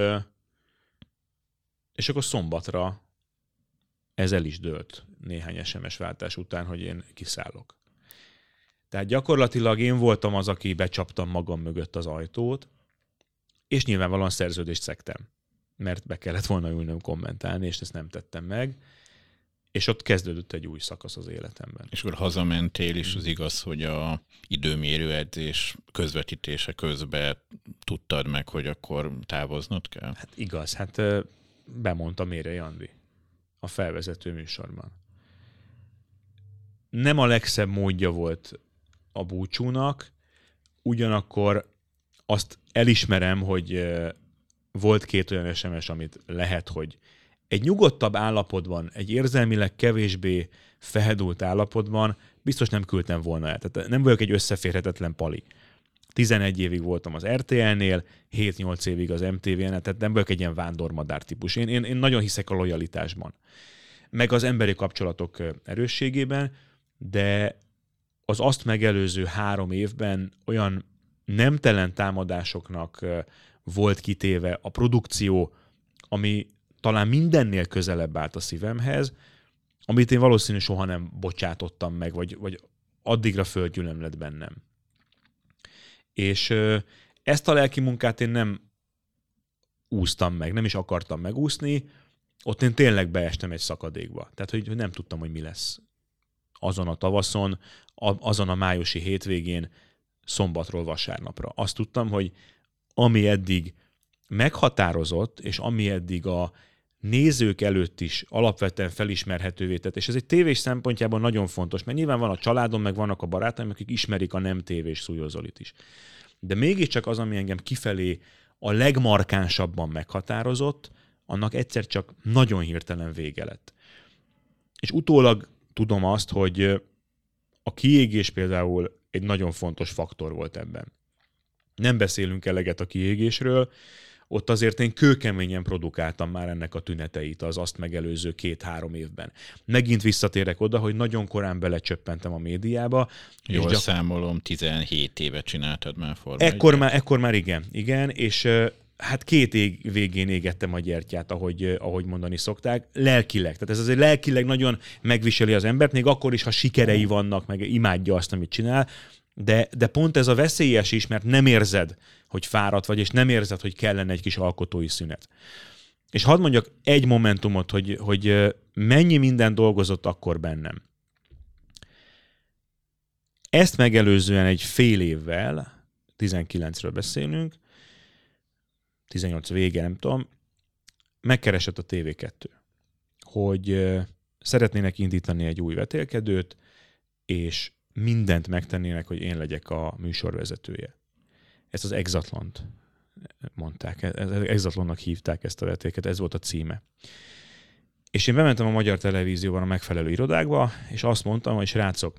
és akkor szombatra ez el is dőlt néhány es em es váltás után, hogy én kiszállok. Tehát gyakorlatilag én voltam az, aki becsaptam magam mögött az ajtót, és nyilvánvalóan szerződést szektem, mert be kellett volna ülnöm kommentálni, és ezt nem tettem meg, és ott kezdődött egy új szakasz az életemben. És akkor hazamentél, és az igaz, hogy a időmérő edzés közvetítése közben tudtad meg, hogy akkor távoznod kell? Hát igaz, hát bemondta Mérei Andi a felvezető műsorban. Nem a legszebb módja volt a búcsúnak, ugyanakkor azt elismerem, hogy volt két olyan es em es, amit lehet, hogy egy nyugodtabb állapotban, egy érzelmileg kevésbé feldúlt állapotban biztos nem küldtem volna el. Tehát nem vagyok egy összeférhetetlen pali. tizenegy évig voltam az er té el-nél, hét-nyolc évig az em té vé-nél, tehát nem vagyok egy ilyen vándormadár típus. Én, én, én nagyon hiszek a lojalitásban, meg az emberi kapcsolatok erősségében, de az azt megelőző három évben olyan nemtelen támadásoknak volt kitéve a produkció, ami talán mindennél közelebb állt a szívemhez, amit én valószínűleg soha nem bocsátottam meg, vagy, vagy addigra földgyűlöm lett bennem. És ezt a lelki munkát én nem úsztam meg, nem is akartam megúszni, ott én tényleg beestem egy szakadékba. Tehát, hogy nem tudtam, hogy mi lesz azon a tavaszon, azon a májusi hétvégén, szombatról vasárnapra. Azt tudtam, hogy ami eddig meghatározott, és ami eddig a nézők előtt is alapvetően felismerhetővé tett, és ez egy tévés szempontjában nagyon fontos, mert nyilván van a családom, meg vannak a barátaim, akik ismerik a nem tévés Szújó Zolit is. De mégiscsak az, ami engem kifelé a legmarkánsabban meghatározott, annak egyszer csak nagyon hirtelen vége lett. És utólag tudom azt, hogy a kiégés például egy nagyon fontos faktor volt ebben. Nem beszélünk eleget a kiégésről, ott azért én kőkeményen produkáltam már ennek a tüneteit az azt megelőző két-három évben. Megint visszatérek oda, hogy nagyon korán belecsöppentem a médiába. Jól és gyak... számolom, tizenhét éve csináltad már Forma ekkor már, ekkor már igen, igen, és hát két ég végén égettem a gyertyát, ahogy, ahogy mondani szokták, lelkileg. Tehát ez azért lelkileg nagyon megviseli az embert, még akkor is, ha sikerei vannak, meg imádja azt, amit csinál, de, de pont ez a veszélyes is, mert nem érzed, hogy fáradt vagy, és nem érzed, hogy kellene egy kis alkotói szünet. És hadd mondjak egy momentumot, hogy, hogy mennyi minden dolgozott akkor bennem. Ezt megelőzően egy fél évvel, tizenkilencről beszélünk, tizennyolc vége, nem tudom, megkeresett a té vé kettő, hogy szeretnének indítani egy új vetélkedőt, és mindent megtennének, hogy én legyek a műsorvezetője. Ezt az Exatlont mondták, Exatlonnak hívták ezt a vetélket, ez volt a címe. És én bementem a Magyar Televízióban a megfelelő irodákba, és azt mondtam, hogy srácok,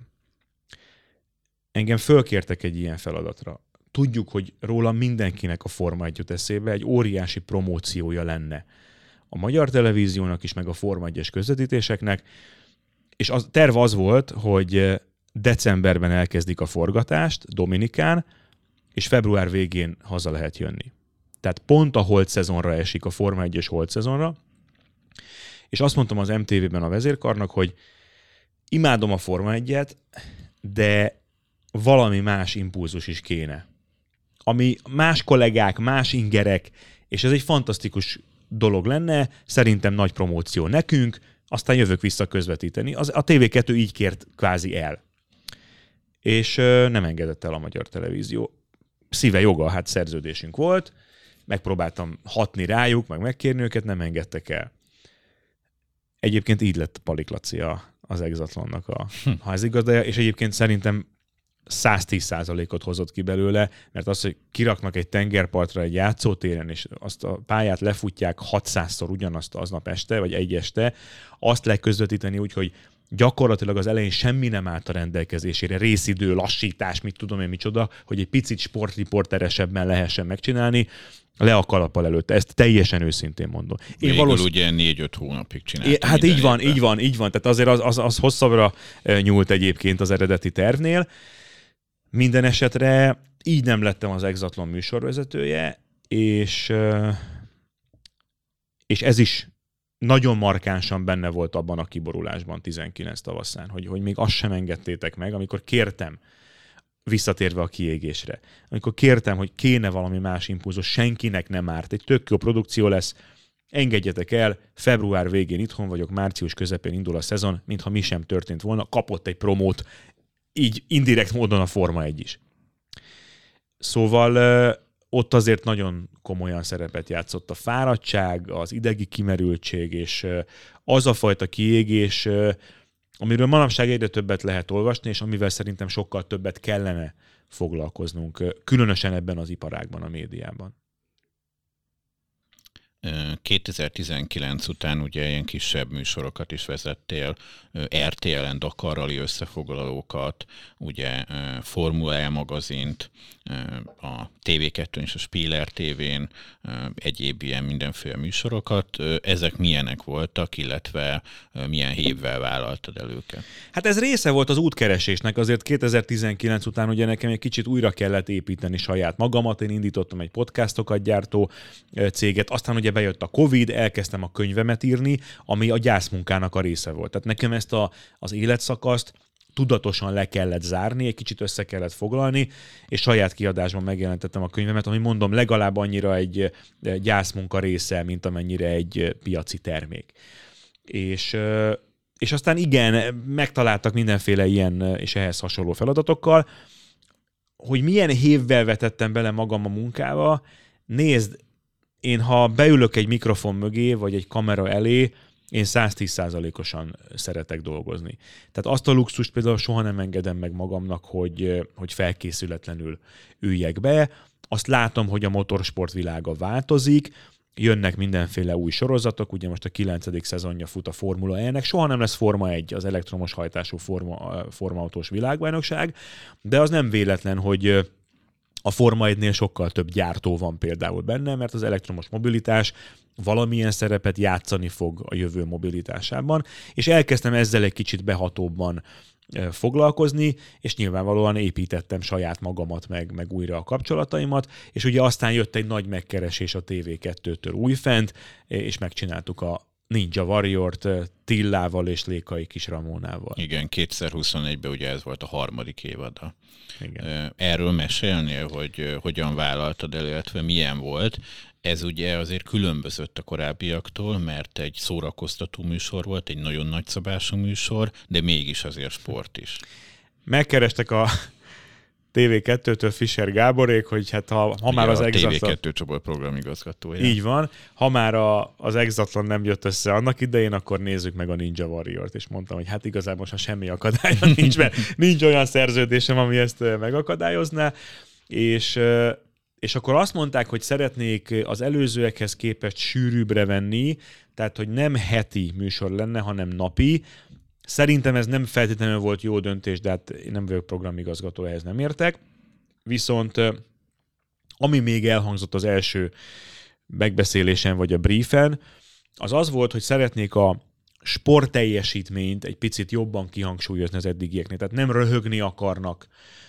engem fölkértek egy ilyen feladatra. Tudjuk, hogy róla mindenkinek a Forma egy jut eszébe, egy óriási promóciója lenne a Magyar Televíziónak is, meg a Forma egyes közvetítéseknek, és a terv az volt, hogy decemberben elkezdik a forgatást Dominikán, és február végén haza lehet jönni. Tehát pont a holt szezonra esik, a Forma egyes holt szezonra, és azt mondtam az em té vében a vezérkarnak, hogy imádom a Forma egyet, de valami más impulzus is kéne. Ami más kollégák, más ingerek, és ez egy fantasztikus dolog lenne, szerintem nagy promóció nekünk, aztán jövök vissza közvetíteni. Az, a té vé kettő így kért kvázi el. És ö, nem engedett el a Magyar Televízió. Szíve joga, hát szerződésünk volt, megpróbáltam hatni rájuk, meg megkérni őket, nem engedtek el. Egyébként így lett Palik Laci az Exatlonnak a hm. házigazdája, és egyébként szerintem száz tíz százalékot hozott ki belőle, mert az, hogy kiraknak egy tengerpartra egy játszótéren, és azt a pályát lefutják hatszázszor ugyanazt aznap este, vagy egy este, azt leközvetíteni úgy, hogy gyakorlatilag az elején semmi nem állt a rendelkezésére, részidő, lassítás, mit tudom én micsoda, hogy egy picit sportriporteresebben lehessen megcsinálni, le a kalappal előtte. Ezt teljesen őszintén mondom. Én Végül valósz... ugye négy-öt hónapig csináltam. Hát így van, évben. így van, így van. Tehát azért az, az, az hosszabbra nyúlt egyébként az eredeti tervnél. Minden esetre így nem lettem az Exatlon műsorvezetője, és, és ez is nagyon markánsan benne volt abban a kiborulásban tizenkilenc tavaszán, hogy, hogy még azt sem engedtétek meg, amikor kértem, visszatérve a kiégésre, amikor kértem, hogy kéne valami más impulzus, senkinek nem árt, egy tök jó produkció lesz, engedjetek el, február végén itthon vagyok, március közepén indul a szezon, mintha mi sem történt volna, kapott egy promót, így indirekt módon a Forma egy is. Szóval ott azért nagyon komolyan szerepet játszott a fáradtság, az idegi kimerültség, és az a fajta kiégés, amiről manapság egyre többet lehet olvasni, és amivel szerintem sokkal többet kellene foglalkoznunk, különösen ebben az iparágban, a médiában. kétezer-tizenkilenc után ugye ilyen kisebb műsorokat is vezettél, er té el-en Dakarrali összefoglalókat, ugye Formula E magazint, a té vé kettőn és a Spiller té vén egyéb ilyen mindenféle műsorokat. Ezek milyenek voltak, illetve milyen hívvel vállaltad el őket? Hát ez része volt az útkeresésnek, azért kétezer-tizenkilenc után ugye nekem egy kicsit újra kellett építeni saját magamat, én indítottam egy podcastokat gyártó céget, aztán ugye bejött a Covid, elkezdtem a könyvemet írni, ami a gyászmunkának a része volt. Tehát nekem ezt a, az életszakaszt tudatosan le kellett zárni, egy kicsit össze kellett foglalni, és saját kiadásban megjelentettem a könyvemet, ami mondom legalább annyira egy gyászmunka része, mint amennyire egy piaci termék. És, és aztán igen, megtaláltak mindenféle ilyen és ehhez hasonló feladatokkal, hogy milyen hévvel vetettem bele magam a munkába. Nézd, én ha beülök egy mikrofon mögé, vagy egy kamera elé, én száztíz százalékosan szeretek dolgozni. Tehát azt a luxust például soha nem engedem meg magamnak, hogy, hogy felkészületlenül üljek be. Azt látom, hogy a motorsport világa változik, jönnek mindenféle új sorozatok, ugye most a kilencedik szezonja fut a Formula E-nek, soha nem lesz Forma egy, az elektromos hajtású forma, formautós világbajnokság, de az nem véletlen, hogy a Forma egynél sokkal több gyártó van például benne, mert az elektromos mobilitás valamilyen szerepet játszani fog a jövő mobilitásában, és elkezdtem ezzel egy kicsit behatóbban foglalkozni, és nyilvánvalóan építettem saját magamat, meg, meg újra a kapcsolataimat, és ugye aztán jött egy nagy megkeresés a té vé kettőtől újfent, és megcsináltuk a Ninja Warriort Tillával és Lékai Kis Ramónával. Igen, kétezer-huszonegyben ugye ez volt a harmadik évada. Igen. Erről mesélnél, hogy hogyan vállaltad el, illetve milyen volt. Ez ugye azért különbözött a korábbiaktól, mert egy szórakoztató műsor volt, egy nagyon nagyszabású műsor, de mégis azért sport is. Megkerestek a té vé kettőtől Fischer Gáborék, hogy hát ha, ha már az Exatlon... a té vé kettő csoport programigazgatója. Így van. Ha már a, az Exatlon nem jött össze annak idején, akkor nézzük meg a Ninja Warriort, és mondtam, hogy hát igazából most semmi akadálya nincs, mert nincs olyan szerződésem, ami ezt megakadályozná, és, és akkor azt mondták, hogy szeretnék az előzőekhez képest sűrűbbre venni, tehát hogy nem heti műsor lenne, hanem napi. Szerintem ez nem feltétlenül volt jó döntés, de hát én nem vagyok programigazgató, ehhez nem értek. Viszont ami még elhangzott az első megbeszélésen vagy a briefen, az az volt, hogy szeretnék a sportteljesítményt egy picit jobban kihangsúlyozni az eddigieknél. Tehát nem röhögni akarnak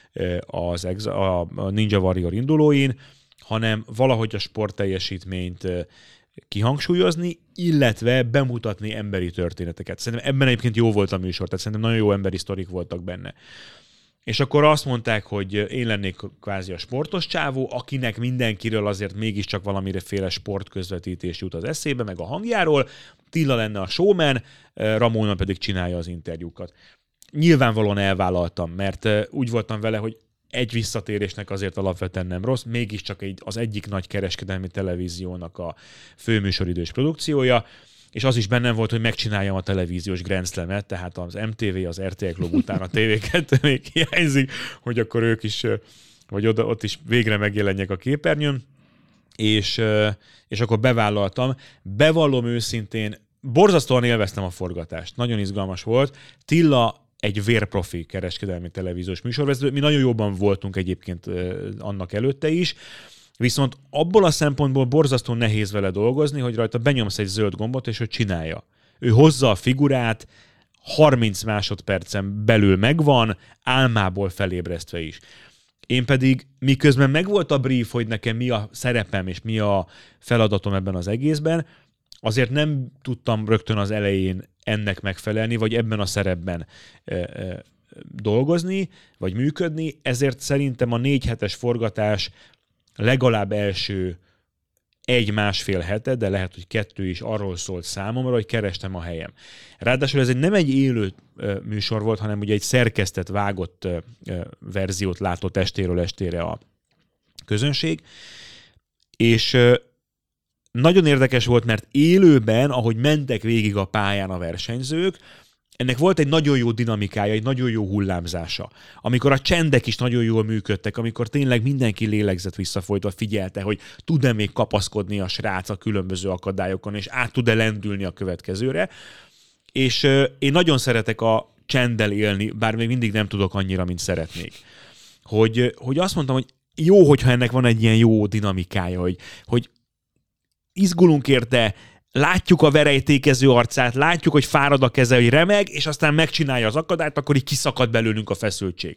az ex- a Ninja Warrior indulóin, hanem valahogy a sportteljesítményt kihangsúlyozni, illetve bemutatni emberi történeteket. Szerintem ebben egyébként jó volt a műsor, tehát szerintem nagyon jó emberi sztorik voltak benne. És akkor azt mondták, hogy én lennék kvázi a sportos csávó, akinek mindenkiről azért mégiscsak valamiféle sportközvetítés jut az eszébe, meg a hangjáról. Tilla lenne a showman, Ramona pedig csinálja az interjúkat. Nyilvánvalóan elvállaltam, mert úgy voltam vele, hogy egy visszatérésnek azért alapvetően nem rossz, mégiscsak egy, az egyik nagy kereskedelmi televíziónak a főműsoridős produkciója, és az is bennem volt, hogy megcsináljam a televíziós Grand Slam-et, tehát az em té vé, az er té el Klub után a té vé kettő még hiányzik, hogy akkor ők is, vagy oda, ott is végre megjelenjek a képernyőn, és, és akkor bevállaltam. Bevallom őszintén, borzasztóan élveztem a forgatást, nagyon izgalmas volt. Tilla egy vérprofi kereskedelmi televíziós műsorvezető. Mi nagyon jobban voltunk egyébként annak előtte is, viszont abból a szempontból borzasztó nehéz vele dolgozni, hogy rajta benyomsz egy zöld gombot, és ő csinálja. Ő hozza a figurát, harminc másodpercen belül megvan, álmából felébresztve is. Én pedig, miközben megvolt a brief, hogy nekem mi a szerepem és mi a feladatom ebben az egészben, azért nem tudtam rögtön az elején ennek megfelelni, vagy ebben a szerepben e, e, dolgozni, vagy működni, ezért szerintem a négy hetes forgatás legalább első egy-másfél hete, de lehet, hogy kettő is arról szólt számomra, hogy kerestem a helyem. Ráadásul ez egy nem egy élő műsor volt, hanem ugye egy szerkesztett, vágott verziót látott estéről estére a közönség, és nagyon érdekes volt, mert élőben, ahogy mentek végig a pályán a versenyzők, ennek volt egy nagyon jó dinamikája, egy nagyon jó hullámzása. Amikor a csendek is nagyon jól működtek, amikor tényleg mindenki lélegzett visszafolytva, figyelte, hogy tud-e még kapaszkodni a srác a különböző akadályokon, és át tud-e lendülni a következőre. És euh, én nagyon szeretek a csenddel élni, bár még mindig nem tudok annyira, mint szeretnék. Hogy, hogy azt mondtam, hogy jó, hogyha ennek van egy ilyen jó dinamikája, hogy, hogy izgulunk érte, látjuk a verejtékező arcát, látjuk, hogy fárad a keze, hogy remeg, és aztán megcsinálja az akadályt, akkor így kiszakad belőlünk a feszültség.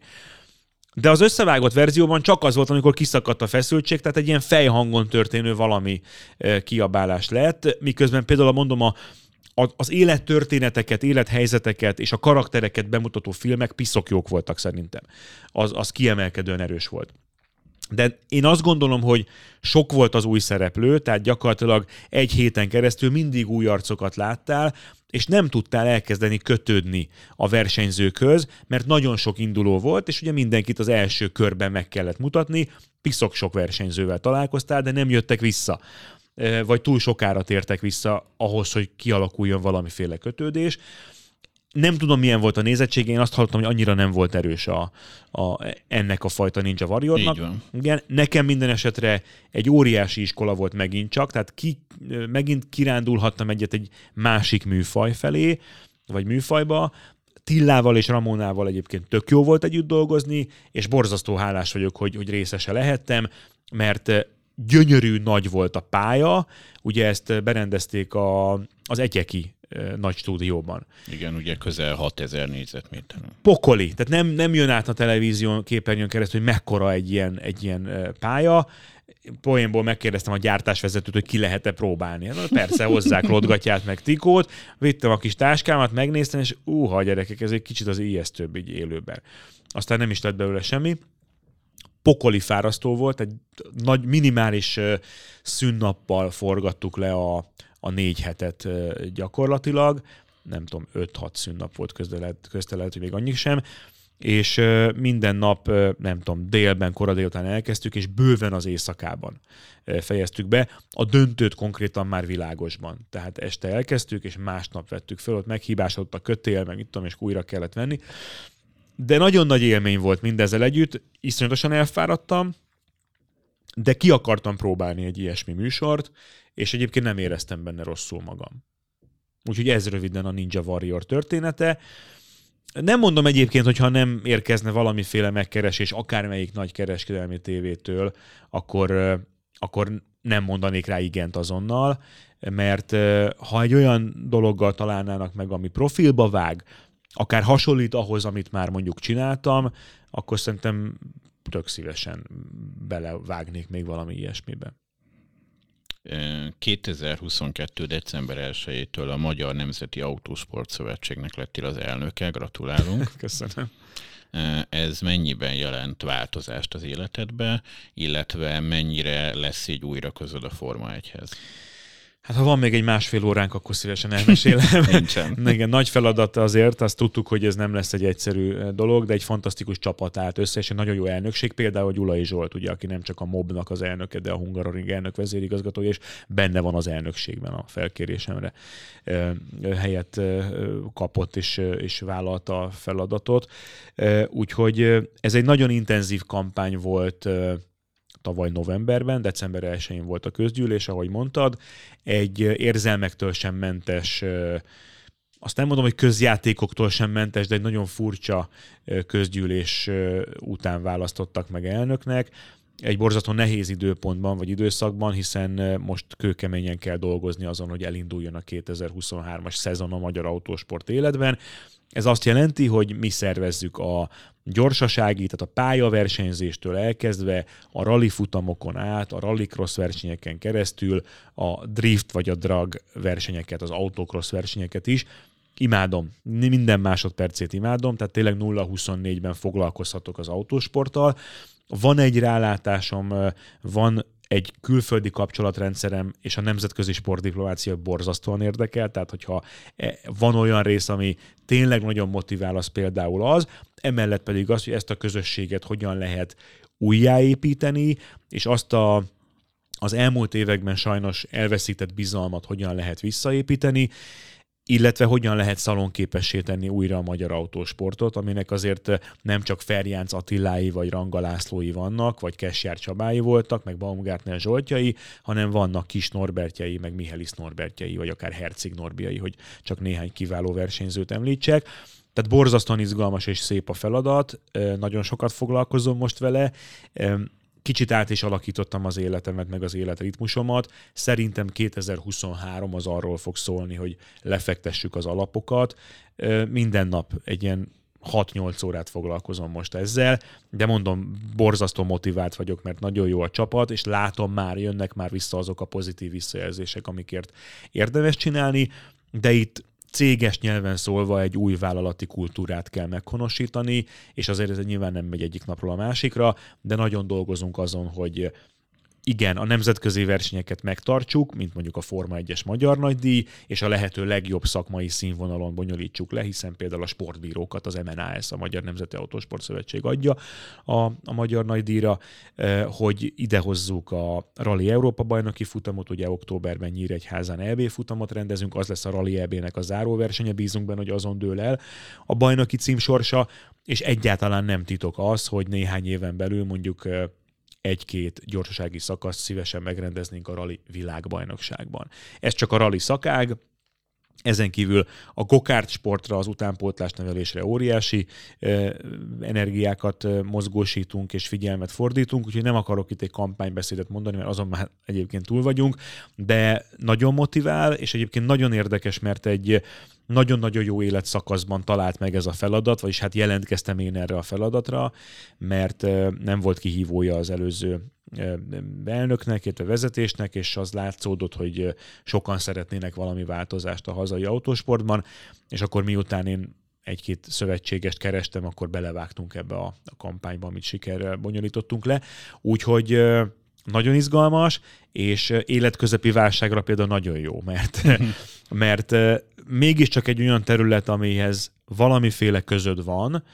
De az összevágott verzióban csak az volt, amikor kiszakadt a feszültség, tehát egy ilyen fejhangon történő valami kiabálás lett, miközben például mondom, a, a, az élettörténeteket, élethelyzeteket és a karaktereket bemutató filmek piszok jók voltak szerintem. Az, az kiemelkedően erős volt. De én azt gondolom, hogy sok volt az új szereplő, tehát gyakorlatilag egy héten keresztül mindig új arcokat láttál, és nem tudtál elkezdeni kötődni a versenyzőkhöz, mert nagyon sok induló volt, és ugye mindenkit az első körben meg kellett mutatni, piszok sok versenyzővel találkoztál, de nem jöttek vissza, vagy túl sokára tértek vissza ahhoz, hogy kialakuljon valamiféle kötődés. Nem tudom, milyen volt a nézettsége, én azt hallottam, hogy annyira nem volt erős a, a, ennek a fajta Ninja Warriornak. Igen, nekem minden esetre egy óriási iskola volt megint csak, tehát ki, megint kirándulhattam egyet egy másik műfaj felé, vagy műfajba. Tillával és Ramonával egyébként tök jó volt együtt dolgozni, és borzasztó hálás vagyok, hogy, hogy részese lehettem, mert gyönyörű nagy volt a pálya, ugye ezt berendezték a, az Egyeki nagy stúdióban. Igen, ugye közel hatezer négyzetméteren. Pokoli, tehát nem, nem jön át a televízión képernyőn keresztül, hogy mekkora egy ilyen, egy ilyen pálya. Poénból megkérdeztem a gyártásvezetőt, hogy ki lehet-e próbálni. Na, persze, hozzák Rodgatját meg Tikót, vittem a kis táskámat, megnéztem, és úha, gyerekek, ez egy kicsit az ijesztőbb így élőben. Aztán nem is lett belőle semmi. Pokoli fárasztó volt, egy nagy minimális szünnappal forgattuk le a a négy hetet gyakorlatilag, nem tudom, öt-hat szünnap volt közte, közte lehet, hogy még annyi sem, és minden nap, nem tudom, délben, kora délután elkezdtük, és bőven az éjszakában fejeztük be. A döntőt konkrétan már világosban. Tehát este elkezdtük, és másnap vettük föl, ott meghibásodott a kötél, meg mit tudom, és újra kellett venni. De nagyon nagy élmény volt mindezzel együtt, iszonyatosan elfáradtam, de ki akartam próbálni egy ilyesmi műsort, és egyébként nem éreztem benne rosszul magam. Úgyhogy ez röviden a Ninja Warrior története. Nem mondom egyébként, hogyha nem érkezne valamiféle megkeresés akármelyik nagy kereskedelmi tévétől, akkor, akkor nem mondanék rá igent azonnal, mert ha egy olyan dologgal találnának meg, ami profilba vág, akár hasonlít ahhoz, amit már mondjuk csináltam, akkor szerintem tök szívesen belevágnék még valami ilyesmibe. kétezer-huszonkettő. december elsejétől a Magyar Nemzeti Autósport Szövetségnek lettél az elnöke, gratulálunk. Köszönöm. Ez mennyiben jelent változást az életedbe, illetve mennyire lesz így újra közöd a Forma egyhez? Hát ha van még egy másfél óránk, akkor szívesen elmesélem. Nincsen. Igen, nagy feladat azért, azt tudtuk, hogy ez nem lesz egy egyszerű dolog, de egy fantasztikus csapat állt össze, és egy nagyon jó elnökség, például Gyulai Zsolt, ugye, aki nem csak a MOB-nak az elnöke, de a Hungaroring elnök vezérigazgatója, és benne van az elnökségben a felkérésemre helyet kapott és, és vállalta a feladatot. Úgyhogy ez egy nagyon intenzív kampány volt tavaly novemberben, december elsején volt a közgyűlés, ahogy mondtad, egy érzelmektől sem mentes, azt nem mondom, hogy közjátékoktól sem mentes, de egy nagyon furcsa közgyűlés után választottak meg elnöknek. Egy borzasztó nehéz időpontban vagy időszakban, hiszen most kőkeményen kell dolgozni azon, hogy elinduljon a kétezer-huszonhármas szezon a magyar autósport életben. Ez azt jelenti, hogy mi szervezzük a gyorsasági, tehát a pályaversenyzéstől elkezdve a rally futamokon át, a rallycross versenyeken keresztül, a drift vagy a drag versenyeket, az autocross versenyeket is. Imádom, minden másodpercét imádom, tehát tényleg nulla huszonnégyben foglalkozhatok az autósporttal. Van egy rálátásom, van egy külföldi kapcsolatrendszerem, és a nemzetközi sportdiplomácia borzasztóan érdekel, tehát hogyha van olyan rész, ami tényleg nagyon motivál, az például az, emellett pedig az, hogy ezt a közösséget hogyan lehet újjáépíteni, és azt a, az elmúlt években sajnos elveszített bizalmat hogyan lehet visszaépíteni. illetve hogyan lehet szalonképessé tenni újra a magyar autósportot, aminek azért nem csak Ferjánc Attilái vagy Ranga Lászlói vannak, vagy Kesjár Csabái voltak, meg Baumgartner Zsoltjai, hanem vannak Kis Norbertjei, meg Michelis Norbertjei, vagy akár Herzig Norbiai, hogy csak néhány kiváló versenyzőt említsek. Tehát borzasztóan izgalmas és szép a feladat, nagyon sokat foglalkozom most vele, kicsit át is alakítottam az életemet, meg az életritmusomat. Szerintem kétezer-huszonhárom az arról fog szólni, hogy lefektessük az alapokat. Minden nap egy ilyen hat-nyolc órát foglalkozom most ezzel, de mondom, borzasztó motivált vagyok, mert nagyon jó a csapat, és látom már, jönnek már vissza azok a pozitív visszajelzések, amikért érdemes csinálni, de itt céges nyelven szólva egy új vállalati kultúrát kell meghonosítani, és azért ez nyilván nem megy egyik napról a másikra, de nagyon dolgozunk azon, hogy igen, a nemzetközi versenyeket megtartsuk, mint mondjuk a Forma egyes magyar nagydíj, és a lehető legjobb szakmai színvonalon bonyolítsuk le, hiszen például a sportbírókat az em en á es, a Magyar Nemzeti Autósport Szövetség adja a, a magyar nagydíjra, hogy idehozzuk a Rally Európa bajnoki futamot, ugye októberben Nyíregyházán é bé futamot rendezünk, az lesz a Rally é bének a záróversenye, bízunk benne, hogy azon dől el a bajnoki cím sorsa, és egyáltalán nem titok az, hogy néhány éven belül mondjuk egy-két gyorsasági szakaszt szívesen megrendeznénk a rally világbajnokságban. Ez csak a rally szakág, ezen kívül a go-kart sportra, az utánpótlás nevelésre óriási eh, energiákat eh, mozgósítunk és figyelmet fordítunk, úgyhogy nem akarok itt egy kampánybeszédet mondani, mert azon már egyébként túl vagyunk, de nagyon motivál, és egyébként nagyon érdekes, mert egy nagyon-nagyon jó életszakaszban talált meg ez a feladat, vagyis hát jelentkeztem én erre a feladatra, mert eh, nem volt kihívója az előző elnöknek, illetve vezetésnek, és az látszódott, hogy sokan szeretnének valami változást a hazai autósportban, és akkor miután én egy-két szövetségest kerestem, akkor belevágtunk ebbe a, a kampányba, amit sikerrel bonyolítottunk le. Úgyhogy nagyon izgalmas, és életközepi válságra például nagyon jó, mert, mert mégiscsak egy olyan terület, amihez valamiféle közöd van,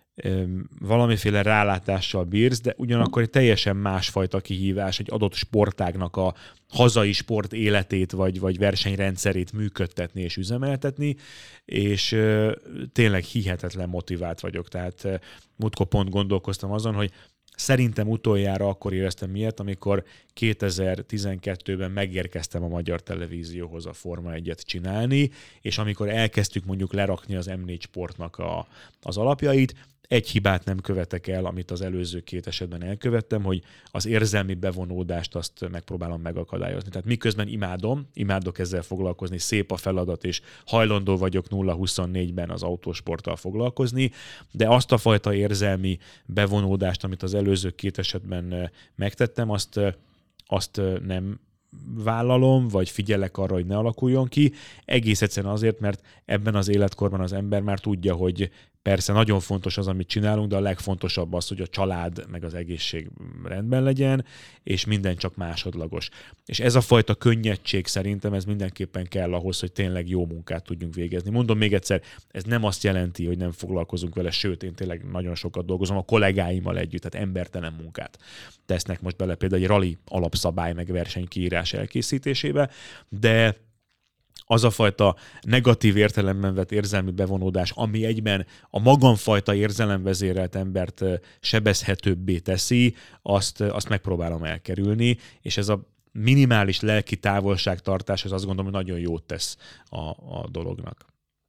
valamiféle rálátással bírsz, de ugyanakkor egy teljesen másfajta kihívás egy adott sportágnak a hazai sport életét vagy, vagy versenyrendszerét működtetni és üzemeltetni, és tényleg hihetetlen motivált vagyok. Tehát múltkor pont gondolkoztam azon, hogy szerintem utoljára akkor éreztem miért, amikor kétezer-tizenkettőben megérkeztem a magyar televízióhoz a Forma egyet csinálni, és amikor elkezdtük mondjuk lerakni az em négy sportnak a, az alapjait, egy hibát nem követek el, amit az előző két esetben elkövettem, hogy az érzelmi bevonódást azt megpróbálom megakadályozni. Tehát miközben imádom, imádok ezzel foglalkozni, szép a feladat, és hajlandó vagyok nulla huszonnégyben az autósporttal foglalkozni, de azt a fajta érzelmi bevonódást, amit az előző két esetben megtettem, azt, azt nem vállalom, vagy figyelek arra, hogy ne alakuljon ki. Egész egyszerűen azért, mert ebben az életkorban az ember már tudja, hogy persze nagyon fontos az, amit csinálunk, de a legfontosabb az, hogy a család meg az egészség rendben legyen, és minden csak másodlagos. És ez a fajta könnyedség szerintem ez mindenképpen kell ahhoz, hogy tényleg jó munkát tudjunk végezni. Mondom még egyszer, ez nem azt jelenti, hogy nem foglalkozunk vele, sőt, én tényleg nagyon sokat dolgozom a kollégáimmal együtt, tehát embertelen munkát tesznek most bele például egy rally alapszabály meg versenykiírás elkészítésébe, de az a fajta negatív értelemben vett érzelmi bevonódás, ami egyben a magamfajta érzelemvezérelt embert sebezhetőbbé teszi, azt, azt megpróbálom elkerülni, és ez a minimális lelki távolságtartás, az azt gondolom, hogy nagyon jót tesz a, a dolognak.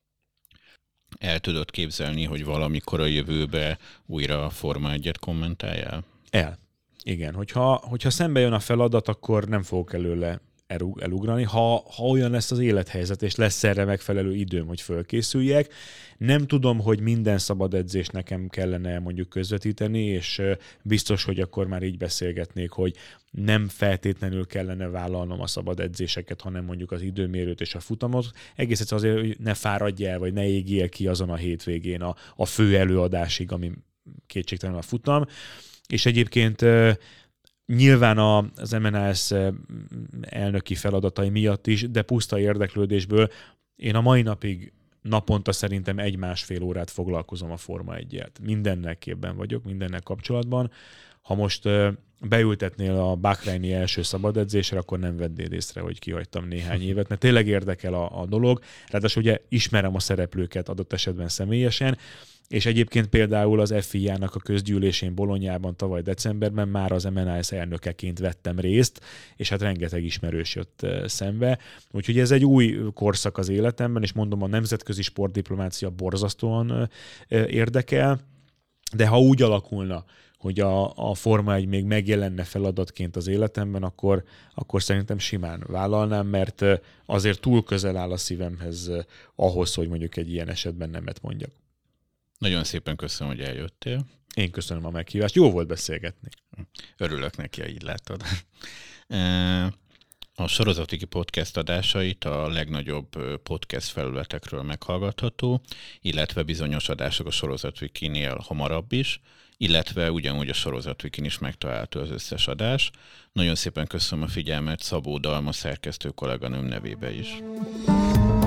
El tudod képzelni, hogy valamikor a jövőbe újra a Forma egyet kommentáljál? El. Igen. Hogyha, hogyha szembe jön a feladat, akkor nem fogok előle elugrani, ha, ha olyan lesz az élethelyzet, és lesz erre megfelelő időm, hogy fölkészüljek. Nem tudom, hogy minden szabad edzést nekem kellene mondjuk közvetíteni, és biztos, hogy akkor már így beszélgetnék, hogy nem feltétlenül kellene vállalnom a szabad edzéseket, hanem mondjuk az időmérőt és a futamot. Egész egyszerűen azért, hogy ne fáradj el, vagy ne égjél ki azon a hétvégén a, a fő előadásig, ami kétségtelenül a futam. És egyébként nyilván az em en á es elnöki feladatai miatt is, de puszta érdeklődésből én a mai napig naponta szerintem egy-másfél órát foglalkozom a Forma egyet. Mindennel képben vagyok, mindennel kapcsolatban. ha most beültetnél a bahreini első szabad edzésre, akkor nem vednéd észre, hogy kihagytam néhány évet, mert tényleg érdekel a, a dolog. Ráadásul ugye ismerem a szereplőket adott esetben személyesen, és egyébként például az ef i á-nak a közgyűlésén Bolonyában tavaly decemberben már az em en i es elnökeként vettem részt, és hát rengeteg ismerős jött szembe. Úgyhogy ez egy új korszak az életemben, és mondom, a nemzetközi sportdiplomácia borzasztóan érdekel, de ha úgy alakulna, hogy a, a Forma egy még megjelenne feladatként az életemben, akkor, akkor szerintem simán vállalnám, mert azért túl közel áll a szívemhez ahhoz, hogy mondjuk egy ilyen esetben nemet mondjak. Nagyon szépen köszönöm, hogy eljöttél. Én köszönöm a meghívást. Jó volt beszélgetni. Örülök neki, ha így látod. A Sorozatviki podcast adásait a legnagyobb podcast felületekről meghallgatható, illetve bizonyos adások a Sorozatwikinél hamarabb is, illetve ugyanúgy a Sorozatwikin is megtalálható az összes adás. Nagyon szépen köszönöm a figyelmet Szabó Dalma szerkesztő kolléganőm nevébe is.